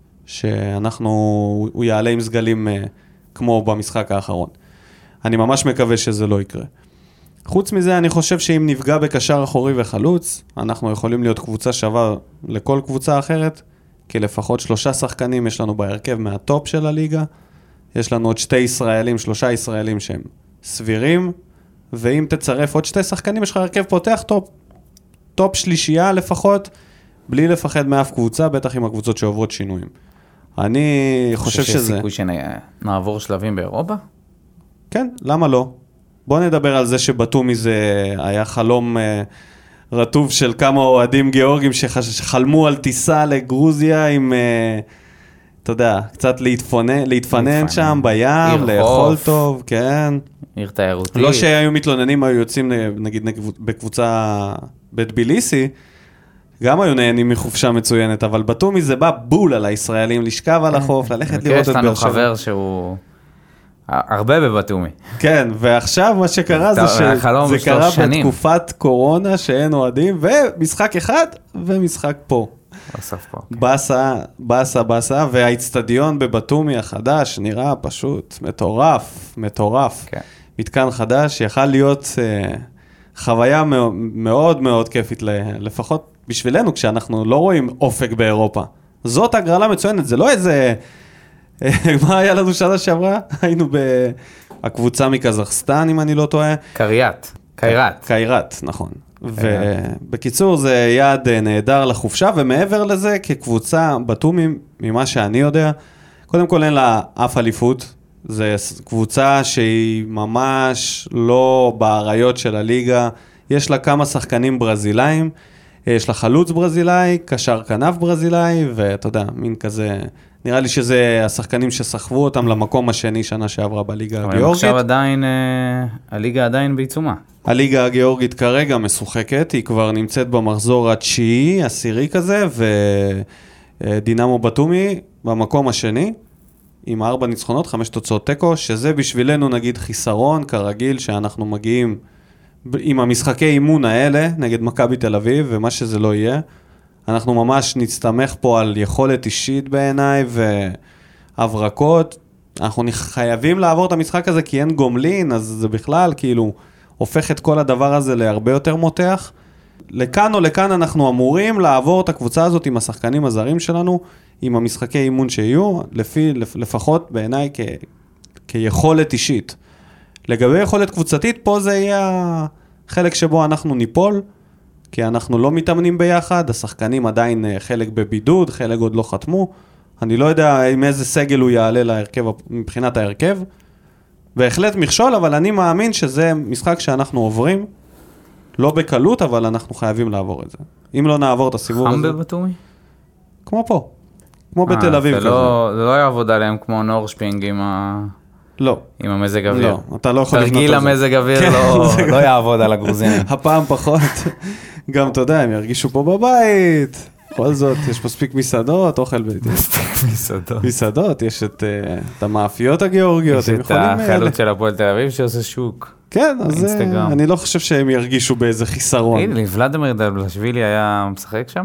S1: הוא יעלה עם סגלים כמו במשחק האחרון. אני ממש מקווה שזה לא יקרה. חוץ מזה, אני חושב שאם נפגע בקשר אחורי וחלוץ, אנחנו יכולים להיות קבוצה שווה לכל קבוצה אחרת, כי לפחות 3 שחקנים יש לנו בהרכב מהטופ של הליגה, יש לנו עוד 3 ישראלים שהם סבירים, ואם תצרף עוד 2 שחקנים, יש לך הרכב פותח טופ שלישייה לפחות, בלי לפחד מאף קבוצה, בטח עם הקבוצות שעוברות שינויים. אני חושב שזה...
S2: שיש סיכוי שנעבור שלבים באירופה?
S1: כן, למה לא? בוא נדבר על זה שבתומי זה היה חלום רטוב של כמה אוהדים גיאורגים שחלמו על טיסה לגרוזיה אתה יודע, קצת להתפנן שם בים, לאכול טוב, כן.
S2: עיר תיירותית.
S1: לא שהיו מתלוננים, היו יוצאים, נגיד, בקבוצה בטביליסי, גם היו נהנים מחופשה מצוינת, אבל בתומי זה בא בול על הישראלים, לשכב על החוף, ללכת לראות את באר שבע.
S2: יש לנו חבר שהוא הרבה בבתומי.
S1: כן, ועכשיו מה שקרה זה שזה קרה בתקופת קורונה, שאין אוהדים, ומשחק אחד, ומשחק פה. בסה, והאצטדיון בבתומי החדש נראה פשוט מטורף. מתקן חדש, יכל להיות חוויה מאוד מאוד כיפית, לפחות בשבילנו, כשאנחנו לא רואים אופק באירופה. זאת הגרלה מצוינת, זה לא איזה... מה היה לנו שנה שעברה? היינו בקבוצה מקזחסטן, אם אני לא טועה. קיירת, נכון. ובקיצור, זה יעד נהדר לחופשה, ומעבר לזה, כקבוצה בתומים, ממה שאני יודע, קודם כל אין לה אף אליפות, זו קבוצה שהיא ממש לא בעריות של הליגה, יש לה כמה שחקנים ברזילאים, יש לה חלוץ ברזילאי, קשר כנף ברזילאי, ואתה יודע, מין כזה, נראה לי שזה השחקנים שסחבו אותם למקום השני שנה שעברה בליגה הגיאורגית. אבל
S2: עכשיו עדיין, הליגה עדיין בעיצומה.
S1: הליגה הגיאורגית כרגע משוחקת, היא כבר נמצאת במחזור התשיעי, עשירי כזה, ודינמו בתומי במקום השני, עם 4 ניצחונות, 5 תוצאות טקו, שזה בשבילנו נגיד חיסרון, כרגיל שאנחנו מגיעים עם המשחקי אימון האלה, נגד מכבי תל אביב, ומה שזה לא יהיה, אנחנו ממש נצטמך פה על יכולת אישית בעיניי, והברקות, אנחנו חייבים לעבור את המשחק הזה, כי אין גומלין, אז זה בכלל כאילו הופך את כל הדבר הזה להרבה יותר מותח. לכאן או לכאן אנחנו אמורים לעבור את הקבוצה הזאת עם השחקנים הזרים שלנו, עם המשחקי אימון שיהיו, לפחות בעיניי כיכולת אישית. לגבי יכולת קבוצתית, פה זה יהיה החלק שבו אנחנו ניפול, כי אנחנו לא מתאמנים ביחד, השחקנים עדיין חלק בבידוד, חלק עוד לא חתמו, אני לא יודע עם איזה סגל הוא יעלה להרכב, מבחינת ההרכב, בהחלט מכשול, אבל אני מאמין שזה משחק שאנחנו עוברים, לא בקלות, אבל אנחנו חייבים לעבור את זה. אם לא נעבור את הסיבוב הזה...
S2: חם בבתומי?
S1: כמו פה, כמו בתל אביב.
S2: זה לא יעבוד עליהם כמו נורשפינג עם
S1: לא.
S2: עם המזג אוויר.
S1: לא, אתה לא יכול לבנות את זה.
S2: תרגיל המזג אוויר לא יעבוד על הגרוזינים.
S1: הפעם פחות, גם אתה יודע, הם ירגישו פה בבית, בכל זאת, יש מספיק מסעדות, אוכל ביתי. מסעדות, יש את המאפיות הגיאורגיות.
S2: יש את החלוץ של הפועל תל אביב שעושה שוק.
S1: כן, אז אני לא חושב שהם ירגישו באיזה חיסרון.
S2: הנה לי, ולדימיר דבלשווילי היה משחק שם?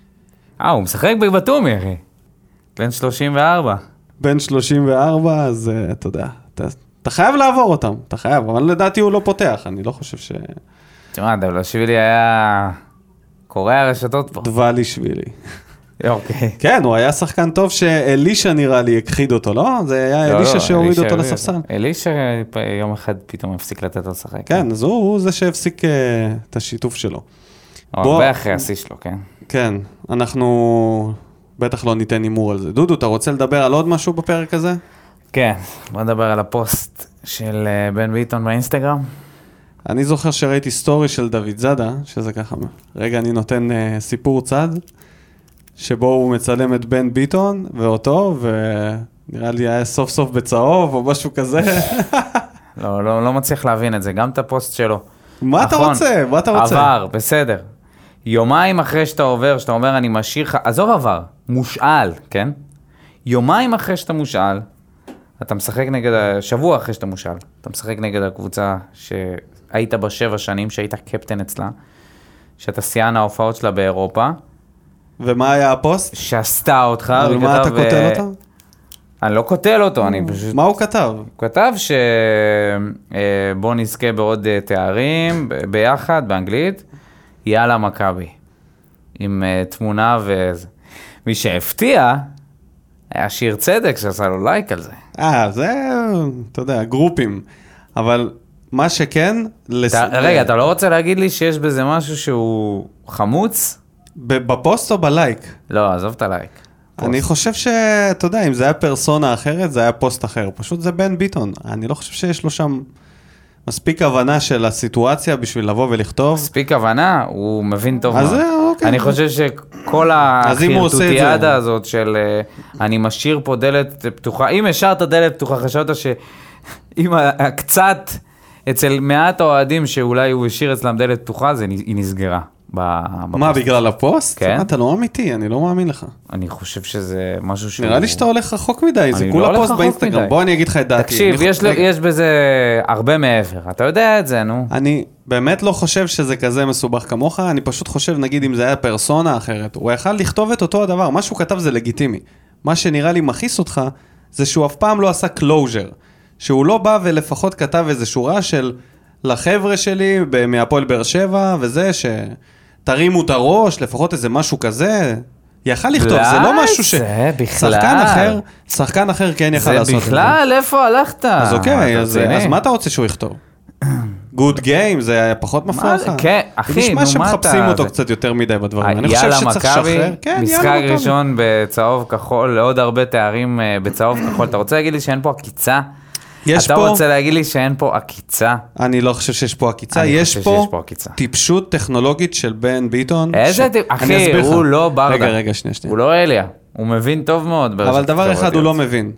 S2: הוא משחק בבתומי, אחי. בן 34.
S1: בן 34, אז אתה יודע, אתה חייב לעבור אותם, אתה חייב, אבל לדעתי הוא לא פותח, אני לא חושב ש...
S2: תשמע, דבלשווילי היה קורא הרשתות פה.
S1: דבלישווילי.
S2: אוקיי.
S1: כן, הוא היה שחקן טוב שאלישה נראה לי הכחיד אותו, לא? זה היה אלישה שהוריד אותו לספסל.
S2: אלישה יום אחד פתאום הפסיק לתת לו לשחק.
S1: כן, אז הוא זה שהפסיק את השיתוף שלו.
S2: הרבה אחרי השיא שלו, כן.
S1: כן, אנחנו בטח לא ניתן אימור על זה. דודו, אתה רוצה לדבר על עוד משהו בפרק הזה?
S2: כן, בוא נדבר על הפוסט של בן ביטון באינסטגרם.
S1: אני זוכר שראיתי סטורי של דוד זאדה, שזה ככה, רגע אני נותן סיפור צד, שבו הוא מצלם את בן ביטון ואותו, ונראה לי היה סוף סוף בצהוב או משהו כזה.
S2: לא מצליח להבין את זה, גם את הפוסט שלו.
S1: מה אתה רוצה? מה אתה רוצה?
S2: עבר, בסדר. יומיים אחרי שאתה עובר, שאתה אומר אני משאיר לך, עזוב עבר, מושאל, כן? יומיים אחרי שאתה מושאל, אתה משחק נגד, שבוע אחרי שאתה מושאל, אתה משחק נגד הקבוצה שהיית ב7 שנים, שהיית קפטן אצלה, שאתה שיאן ההופעות שלה באירופה.
S1: ומה היה הפוסט?
S2: שעשתה אותך.
S1: על מה אתה קוטל אותו?
S2: אני לא קוטל אותו, אני פשוט...
S1: מה הוא כתב?
S2: הוא כתב שבוא נזכה בעוד תארים ביחד, באנגלית, יאללה מכבי, עם תמונה וזה. מי שהפתיע, היה שיר צדק שעשה לו לייק על זה.
S1: זה, אתה יודע, גרופים. אבל מה שכן...
S2: רגע, אתה לא רוצה להגיד לי שיש בזה משהו שהוא חמוץ?
S1: בפוסט או בלייק?
S2: לא, עזוב את הלייק.
S1: אני חושב שאתה יודע, אם זה היה פרסונה אחרת, זה היה פוסט אחר. פשוט זה בן ביטון. אני לא חושב שיש לו שם מספיק הבנה של הסיטואציה בשביל לבוא ולכתוב.
S2: מספיק הבנה, הוא מבין טוב
S1: אז
S2: מאוד.
S1: זהו, אוקיי.
S2: אני חושב שכל החירטוטיאדה הזאת של אני משאיר פה דלת פתוחה, אם השארת דלת פתוחה, חשבת שאם קצת אצל מעט האוהדים שאולי הוא השאיר אצלם דלת פתוחה, היא נסגרה.
S1: מה, בגלל הפוסט?
S2: כן.
S1: אתה לא אמיתי, אני לא מאמין לך.
S2: אני חושב שזה משהו שהוא...
S1: נראה לי שאתה הולך רחוק מדי, זה
S2: אני
S1: כולה
S2: לא
S1: פוסט
S2: הולך
S1: באינסטגרם.
S2: רחוק
S1: בוא אני אגיד לך את דעתי.
S2: תקשיב, יש בזה הרבה מעבר. אתה יודע את זה, נו.
S1: אני באמת לא חושב שזה כזה מסובך כמוך, אני פשוט חושב, נגיד, אם זה היה פרסונה אחרת, הוא יכל לכתוב את אותו הדבר, מה שהוא כתב זה לגיטימי. מה שנראה לי מכעיס אותך, זה שהוא אף פעם לא עשה closure, שהוא לא בא ולפחות כתב איזו שורה של לחבר'ה שלי מהפועל באר שבע, וזה שתרימו את הראש, לפחות איזה משהו כזה, יכל לכתוב, זה לא משהו ש...
S2: זה בכלל.
S1: שחקן אחר כן יכל לעשות את זה.
S2: זה בכלל, איפה הלכת?
S1: אז אוקיי, אז מה אתה רוצה שהוא יכתוב? גוד גיים, זה היה פחות מפריע לך?
S2: כן, אחי, נו מה אתה...
S1: נשמע שמחפשים אותו קצת יותר מדי בדברים. אני חושב שצריך לשחרר.
S2: משחק ראשון בצהוב כחול, לעוד הרבה תארים בצהוב כחול. אתה רוצה להגיד לי שאין פה עקיצה? אתה רוצה להגיד לי שאין פה עקיצה?
S1: אני לא חושב שיש פה עקיצה. יש פה טיפשות טכנולוגית של בן ביטון.
S2: איזה טיפ? אחי, הוא לא ברדה.
S1: רגע, שנייה.
S2: הוא לא אליה. הוא מבין טוב מאוד.
S1: אבל דבר אחד הוא לא מבין.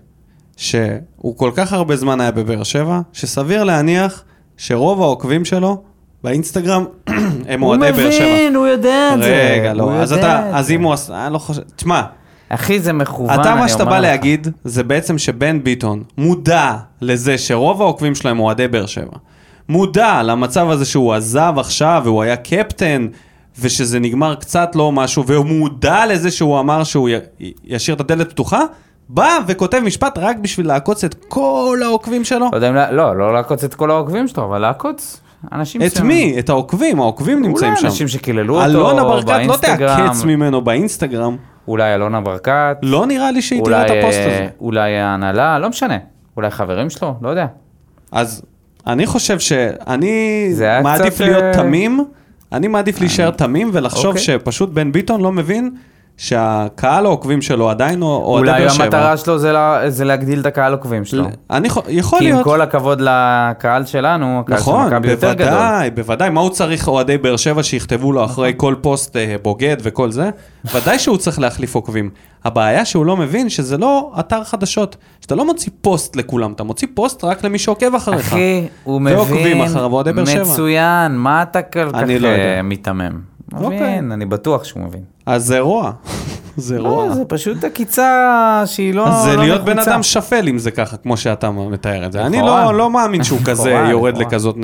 S1: שהוא כל כך הרבה זמן היה בבאר שבע, שסביר להניח שרוב העוקבים שלו באינסטגרם הם אוהדי באר שבע.
S2: הוא מבין, הוא יודע את זה.
S1: רגע, לא. אז אם הוא... אני לא חושב... תשמע,
S2: אחי, זה מכוון,
S1: אתה מה שאתה בא להגיד, זה בעצם שבן ביטון מודע לזה שרוב העוקבים שלהם אוהדי באר שבע. מודע למצב הזה שהוא עזב עכשיו, והוא היה קפטן, ושזה נגמר קצת לא משהו, והוא מודע לזה שהוא אמר שהוא ישאיר את הדלת פתוחה, בא וכותב משפט רק בשביל לעקוץ את כל העוקבים שלו.
S2: לא לעקוץ את כל העוקבים שלו, אבל לעקוץ אנשים...
S1: את מי? את העוקבים, העוקבים נמצאים שם.
S2: אולי אנשים שקיללו אותו
S1: אלונה ברקת לא תעקץ ממנו באינסטגרם.
S2: אולי אלונה ברקת.
S1: לא נראה לי שהיא תראה את הפוסט הזה.
S2: אולי ההנהלה, לא משנה. אולי חברים שלו, לא יודע.
S1: אז אני חושב שאני מעדיף להיות תמים, אני מעדיף להישאר תמים ולחשוב שפשוט בן ביטון לא מבין שהקהל העוקבים שלו עדיין אוהדי באר שבע.
S2: אולי המטרה שלו זה להגדיל את הקהל העוקבים שלו.
S1: יכול
S2: כי
S1: להיות.
S2: עם כל הכבוד לקהל שלנו, הקהל של מכבי יותר גדול.
S1: נכון, בוודאי. מה הוא צריך אוהדי באר שבע שיכתבו לו אחרי כל פוסט בוגד וכל זה? ודאי שהוא צריך להחליף עוקבים. הבעיה שהוא לא מבין שזה לא אתר חדשות. שאתה לא מוציא פוסט לכולם, אתה מוציא פוסט רק למי שעוקב אחריך.
S2: אחי, הוא מבין מצוין. מה אתה כל כך מתמם? מבין, אני בטוח שהוא מבין.
S1: אז זה רוע. זה רוע.
S2: זה פשוט הקיצה שהיא לא...
S1: זה להיות בן אדם שפל אם זה ככה, כמו שאתה מתאר את זה. אני לא מאמין שהוא כזה יורד לכזאת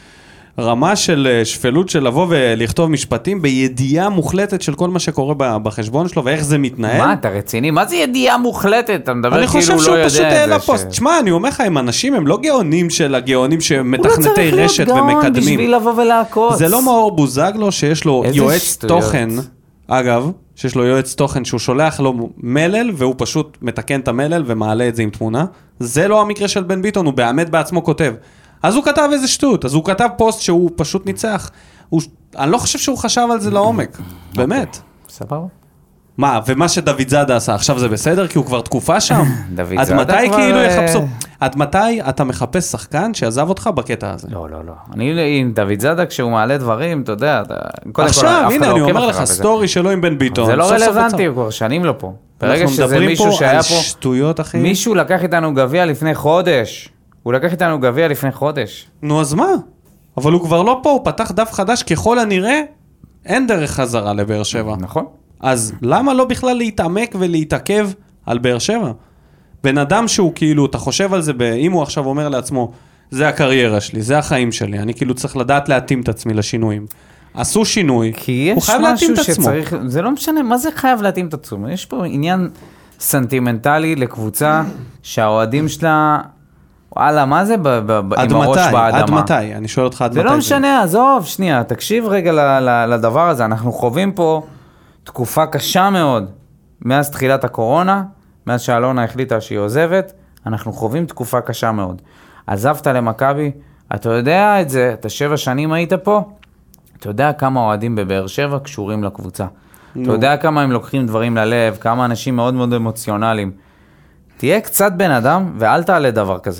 S1: רמה של שפלות של לבוא ולכתוב משפטים בידיעה מוחלטת של כל מה שקורה בחשבון שלו ואיך זה מתנהל.
S2: מה, אתה רציני? מה זה ידיעה מוחלטת? אתה מדבר כאילו לא יודע את זה.
S1: אני חושב שהוא פשוט העלה פוסט. תשמע, אני אומר לך, הם אנשים, הם לא גאונים של הגאונים שמתכנתי רשת ומקדמים. הוא לא צריך להיות גאון
S2: בשביל לבוא ולעקוץ.
S1: זה לא מאור בוזגלו שיש לו יועץ תוכן, אגב, שיש לו יועץ תוכן שהוא שולח לו מלל והוא פשוט מתקן את המלל ומעלה את זה עם תמונה. זה לא המקרה של בן ביטון, הוא באמת בעצמו כותב. אז הוא כתב איזה שטות, אז הוא כתב פוסט שהוא פשוט ניצח. אני לא חושב שהוא חשב על זה לעומק, באמת.
S2: סבבה.
S1: מה, ומה שדוד זאדה עשה, עכשיו זה בסדר? כי הוא כבר תקופה שם?
S2: דוד
S1: עד
S2: זאדה
S1: מתי
S2: כבר...
S1: כאילו יחפשו? עד מתי אתה מחפש שחקן שעזב אותך בקטע הזה?
S2: לא. אני עם דוד זאדה, כשהוא מעלה דברים, אתה יודע,
S1: עכשיו, הנה, אני אומר לך, סטורי שלו עם בן ביטון.
S2: זה לא רלוונטי, הוא כבר שנים לא פה. ברגע שזה מישהו שהיה פה...
S1: שטויות, אחי.
S2: מישהו לקח איתנו גביע לפני חודש. הוא לקח איתנו גביע לפני חודש.
S1: נו, אז מה? אבל הוא כבר לא פה, הוא פתח דף חדש, ככל הנראה, אין דרך חזרה לבאר שבע.
S2: נכון.
S1: אז למה לא בכלל להתעמק ולהתעכב על באר שבע? בן אדם שהוא כאילו, אתה חושב על זה, אם הוא עכשיו אומר לעצמו, זה הקריירה שלי, זה החיים שלי, אני כאילו צריך לדעת להתאים את עצמי לשינויים. עשו שינוי, הוא חייב להתאים את עצמו.
S2: זה לא משנה, מה זה חייב להתאים את עצמו? יש פה עניין סנטימנטלי לקבוצה שהאוהדים שלה... וואלה, מה זה עם הראש באדמה?
S1: עד מתי? אני שואל אותך עד מתי.
S2: זה לא משנה, עזוב, שנייה, תקשיב רגע לדבר הזה. אנחנו חווים פה תקופה קשה מאוד. מאז תחילת הקורונה, מאז שאלונה החליטה שהיא עוזבת, אנחנו חווים תקופה קשה מאוד. עזבת למכבי, אתה יודע את זה, אתה 7 שנים היית פה, אתה יודע כמה אוהדים בבאר שבע קשורים לקבוצה. אתה יודע כמה הם לוקחים דברים ללב, כמה אנשים מאוד מאוד אמוציונליים. תהיה קצת בן אדם ואל תעלה דבר כזה.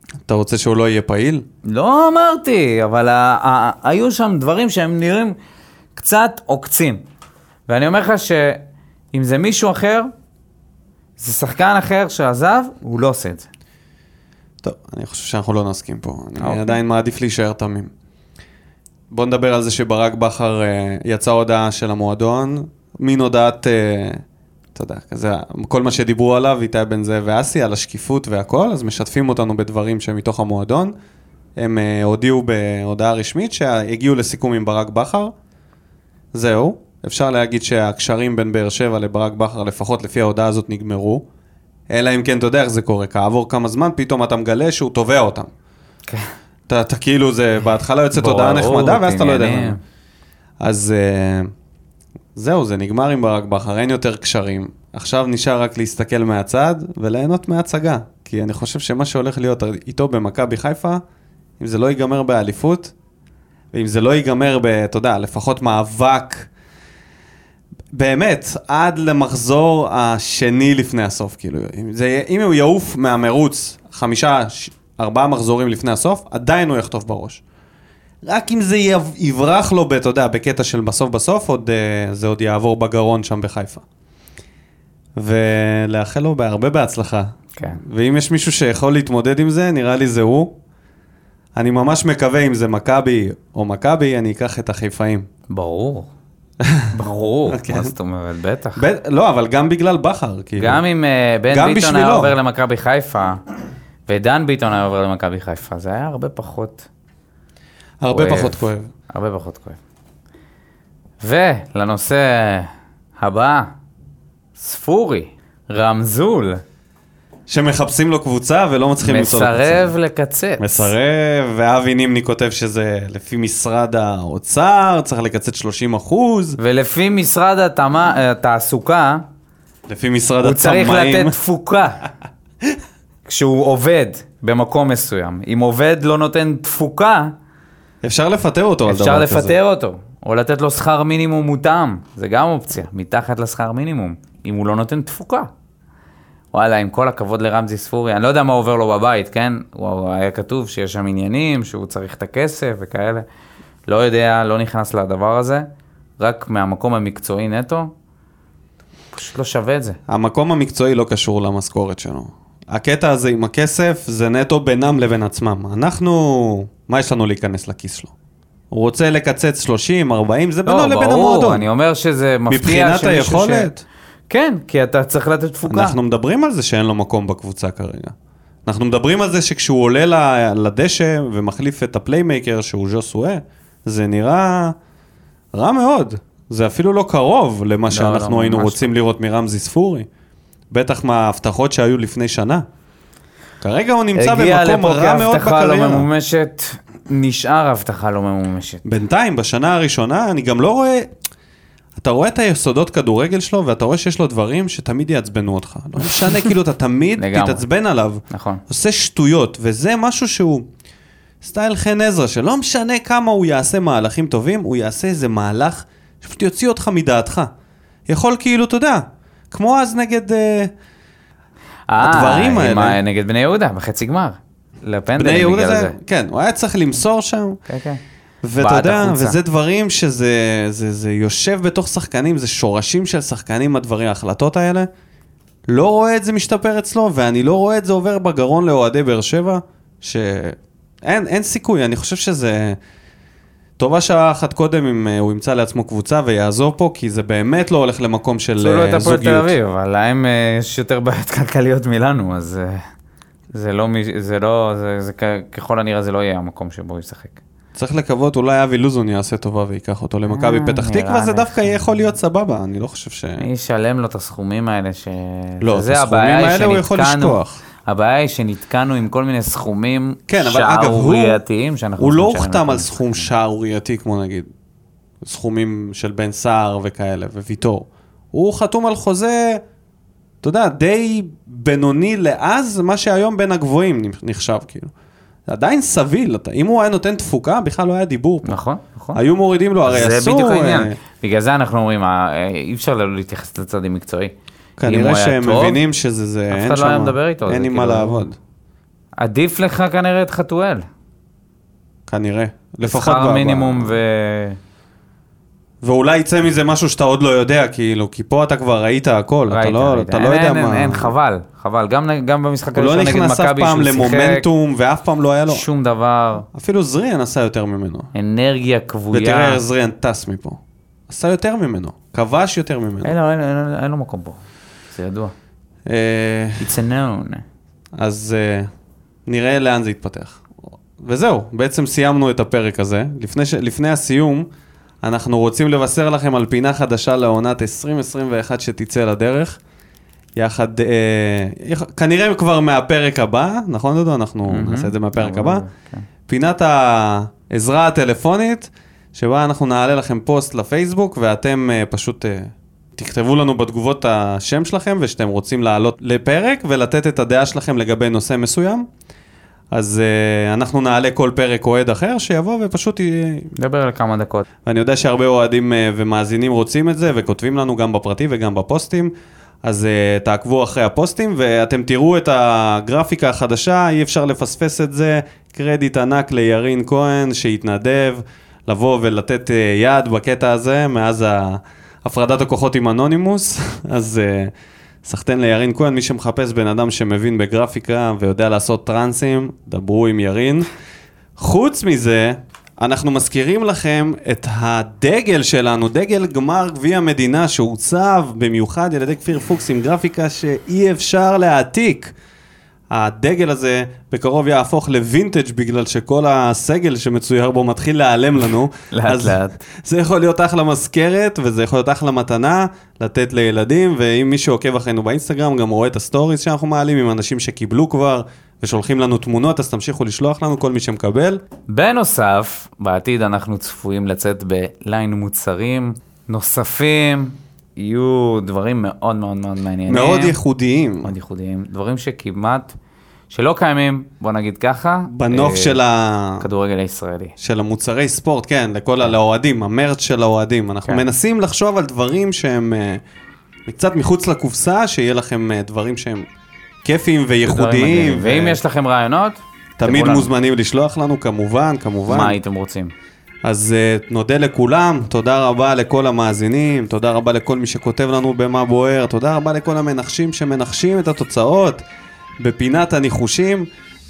S1: אתה רוצה שהוא לא יהיה פעיל?
S2: לא אמרתי, אבל היו שם דברים שהם נראים קצת עוקצים. ואני אומר לך שאם זה מישהו אחר, זה שחקן אחר שעזב, הוא לא עושה את זה.
S1: טוב, אני חושב שאנחנו לא נסכים פה. אני עדיין מעדיף להישאר תמים. בוא נדבר על זה שברק בכר יצא הודעה של המועדון, מין הודעת, אתה יודע, כזה, כל מה שדיברו עליו, איתי בן זאב ואסי, על השקיפות והכל, אז משתפים אותנו בדברים שמתוך המועדון. הם הודיעו בהודעה רשמית שהגיעו לסיכום עם ברק בכר. זהו, אפשר להגיד שהקשרים בין באר שבע לברק בכר, לפחות לפי ההודעה הזאת, נגמרו. אלא אם כן, אתה יודע איך זה קורה, כעבור כמה זמן, פתאום אתה מגלה שהוא תובע אותם.
S2: כן.
S1: אתה כאילו, זה בהתחלה יוצאת הודעה נחמדה, ואז אתה לא יודע. אז זהו, זה נגמר עם ברק בכר, אין יותר קשרים. עכשיו נשאר רק להסתכל מהצד, וליהנות מההצגה. כי אני חושב שמה שהולך להיות איתו במכבי חיפה, אם זה לא ייגמר באליפות, ואם זה לא ייגמר אתה יודע, לפחות מאבק, באמת, עד למחזור השני לפני הסוף, כאילו, אם הוא יעוף מהמרוץ 5-4 מחזורים לפני הסוף, עדיין הוא יחטוף בראש. רק אם זה יברח לו, אתה יודע, בקטע של בסוף, זה עוד יעבור בגרון שם בחיפה. ולאחל לו בהרבה בהצלחה.
S2: כן.
S1: ואם יש מישהו שיכול להתמודד עם זה, נראה לי זה הוא. אני ממש מקווה אם זה מכבי או מכבי, אני אקח את החיפאים.
S2: ברור. ברור, מה זאת אומרת, בטח.
S1: לא, אבל גם בגלל בכר.
S2: גם אם בן ביטון היה עובר למכבי חיפה, ודן ביטון היה עובר למכבי חיפה, זה היה הרבה פחות
S1: פחות כואב.
S2: הרבה פחות כואב. ולנושא הבא, ספורי, רמזול.
S1: שמחפשים לו קבוצה ולא מצליחים למצוא לו קבוצה.
S2: מסרב לקצץ.
S1: מסרב, ואבי נימני כותב שזה לפי משרד האוצר, צריך לקצץ 30%.
S2: ולפי משרד התעסוקה,
S1: לפי משרד
S2: הוא
S1: הצמאים.
S2: צריך לתת תפוקה. כשהוא עובד במקום מסוים. אם עובד לא נותן תפוקה,
S1: אפשר לפטר אותו על דבר כזה.
S2: אפשר לפטר אותו. או לתת לו שכר מינימום מותאם. זה גם אופציה. מתחת לשכר מינימום. אם הוא לא נותן תפוקה. וואלה, עם כל הכבוד לרמזי ספורי, אני לא יודע מה עובר לו בבית, כן? הוא היה כתוב שיש שם עניינים, שהוא צריך את הכסף וכאלה. לא יודע, לא נכנס לדבר הזה. רק מהמקום המקצועי נטו, פשוט לא שווה את זה.
S1: המקום המקצועי לא קשור למשכורת שלו. הקטע הזה עם הכסף זה נטו בינם לבין עצמם. אנחנו, מה יש לנו להיכנס לכיס שלו? הוא רוצה לקצץ 30, 40, זה בינו לבין המועדון.
S2: ברור, אני אומר שזה מפתיע.
S1: מבחינת היכולת?
S2: כן, כי אתה צריך לתת תפוקה.
S1: אנחנו מדברים על זה שאין לו מקום בקבוצה כרגע. אנחנו מדברים על זה שכשהוא עולה לדשא ומחליף את הפליימייקר שהוא ז'וסואה, זה נראה רע מאוד. זה אפילו לא קרוב למה שאנחנו היינו רוצים לראות מרמזי ספורי. בטח מההבטחות שהיו לפני שנה. כרגע הוא נמצא במקום רע מאוד בקריירה.
S2: הגיע לפה כהבטחה לא ממומשת, נשאר הבטחה לא ממומשת.
S1: בינתיים, בשנה הראשונה, אני גם לא רואה... אתה רואה את היסודות כדורגל שלו, ואתה רואה שיש לו דברים שתמיד יעצבנו אותך. לא משנה, כאילו, אתה תמיד תתעצבן עליו.
S2: נכון.
S1: עושה שטויות, וזה משהו שהוא סטייל חן עזרא, שלא משנה כמה הוא יעשה מהלכים טובים, הוא יעשה איזה מהלך שפשוט יוציא אותך מדעתך. יכול כאילו, אתה יודע, כמו אז נגד הדברים האלה.
S2: נגד בני יהודה, בחצי גמר. לפנדל.
S1: בני יהודה זה, כן, הוא היה צריך למסור שם.
S2: כן, כן.
S1: ואתה יודע, וזה דברים שזה יושב בתוך שחקנים, זה שורשים של שחקנים הדברים, ההחלטות האלה. לא רואה את זה משתפר אצלו, ואני לא רואה את זה עובר בגרון לאוהדי באר שבע, שאין סיכוי, אני חושב שזה טובה שעה אחת קודם אם הוא ימצא לעצמו קבוצה ויעזור פה, כי זה באמת לא הולך למקום של זוגיות.
S2: זה לא את הפועל תל אביב, אבל להם יש יותר בעיות כלכליות מלנו, אז זה ככל הנראה זה לא יהיה המקום שבו הוא ישחק.
S1: צריך לקוות, אולי אבי לוזון יעשה טובה ויקח אותו למכבי פתח תקווה, זה דווקא יכול להיות סבבה, אני לא חושב ש...
S2: מי ישלם לו את הסכומים האלה
S1: לא, את הסכומים האלה הוא יכול לשכוח.
S2: הבעיה היא שנתקענו עם כל מיני סכומים
S1: שערורייתיים הוא לא הוחתם על סכום שערורייתי, כמו נגיד, סכומים של בן סער וכאלה, וויתור. הוא חתום על חוזה, אתה יודע, די בינוני לאז, מה שהיום בין הגבוהים נחשב כאילו. עדיין סביל, אם הוא היה נותן תפוקה, בכלל לא היה דיבור פה.
S2: נכון, נכון.
S1: היו מורידים לו, הרי אסור...
S2: זה בדיוק העניין. בגלל זה אנחנו אומרים, אי אפשר להתייחס לצדים מקצועי.
S1: כנראה שהם מבינים שזה,
S2: אף אחד לא היה מדבר איתו.
S1: אין עם מה לעבוד.
S2: עדיף לך כנראה את חתואל.
S1: כנראה. לפחות
S2: שכר מינימום
S1: ואולי יצא מזה משהו שאתה עוד לא יודע, כאילו, כי פה אתה כבר ראית הכל, אתה לא יודע מה...
S2: אין, חבל. גם במשחק הראשון נגד מכבי
S1: הוא לא נכנס אף פעם למומנטום, ואף פעם לא היה לו...
S2: שום דבר.
S1: אפילו זריאן עשה יותר ממנו.
S2: אנרגיה קבועה.
S1: ותראה, זריאן טס מפה. עשה יותר ממנו, כבש יותר ממנו.
S2: אין לו מקום פה, זה ידוע. It's a known.
S1: אז נראה לאן זה יתפתח. וזהו, בעצם סיימנו את הפרק הזה. לפני הסיום, אנחנו רוצים לבשר לכם על פינה חדשה לעונת 2021 שתצא לדרך. יחד, כנראה כבר מהפרק הבא, נכון דודו? אנחנו נעשה את זה מהפרק הבא. פינת העזרה הטלפונית, שבה אנחנו נעלה לכם פוסט לפייסבוק, ואתם פשוט תכתבו לנו בתגובות השם שלכם, ושאתם רוצים לעלות לפרק, ולתת את הדעה שלכם לגבי נושא מסוים. אז אנחנו נעלה כל פרק אוהד אחר, שיבוא ופשוט...
S2: נדבר על כמה דקות.
S1: ואני יודע שהרבה אוהדים ומאזינים רוצים את זה, וכותבים לנו גם בפרטי וגם בפוסטים, אז תעקבו אחרי הפוסטים, ואתם תראו את הגרפיקה החדשה, אי אפשר לפספס את זה, קרדיט ענק לירין כהן, שהתנדב לבוא ולתת יד בקטע הזה, מאז הפרדת הכוחות עם אנונימוס, אז... סחטן לירין כהן, מי שמחפש בן אדם שמבין בגרפיקה ויודע לעשות טרנסים, דברו עם ירין. חוץ מזה, אנחנו מזכירים לכם את הדגל שלנו, דגל גמר גביע המדינה, שהוצב במיוחד על ידי כפיר פוקס עם גרפיקה שאי אפשר להעתיק. הדגל הזה בקרוב יהפוך לווינטג' בגלל שכל הסגל שמצויר בו מתחיל להיעלם לנו.
S2: לאט לאט.
S1: זה יכול להיות אחלה מזכרת, וזה יכול להיות אחלה מתנה לתת לילדים, ואם מישהו עוקב אחרינו באינסטגרם, גם רואה את הסטוריז שאנחנו מעלים עם אנשים שקיבלו כבר, ושולחים לנו תמונות, אז תמשיכו לשלוח לנו כל מי שמקבל.
S2: בנוסף, בעתיד אנחנו צפויים לצאת בליין מוצרים נוספים, יהיו דברים מאוד מאוד מאוד מעניינים.
S1: מאוד ייחודיים.
S2: מאוד ייחודיים. דברים שכמעט, שלא קיימים, בוא נגיד ככה.
S1: בנוף של
S2: כדורגל הישראלי.
S1: של המוצרי ספורט, כן, לכל האוהדים, המרץ של האוהדים. אנחנו מנסים לחשוב על דברים שהם קצת מחוץ לקופסה, שיהיה לכם דברים שהם כיפיים וייחודיים.
S2: ואם יש לכם רעיונות,
S1: תמיד מוזמנים לשלוח לנו, כמובן.
S2: מה הייתם רוצים?
S1: אז נודה לכולם, תודה רבה לכל המאזינים, תודה רבה לכל מי שכותב לנו במה בוער, תודה רבה לכל המנחשים שמנחשים את התוצאות בפינת הניחושים.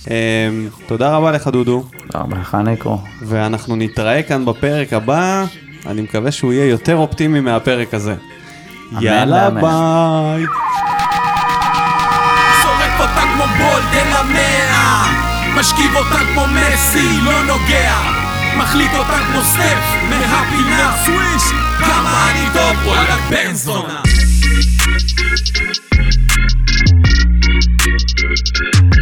S1: תודה רבה לך דודו.
S2: תודה רבה לך ניקו.
S1: ואנחנו נתראה כאן בפרק הבא, אני מקווה שהוא יהיה יותר אופטימי מהפרק הזה. יאללה ביי.
S5: שורק אותה כמו בולדן המאה, משכיב אותה כמו מסי, לא נוגע, מחליט אותה כמו סטף מהפינה, סוויש, כמה אני טוב, וואלה בן זונה.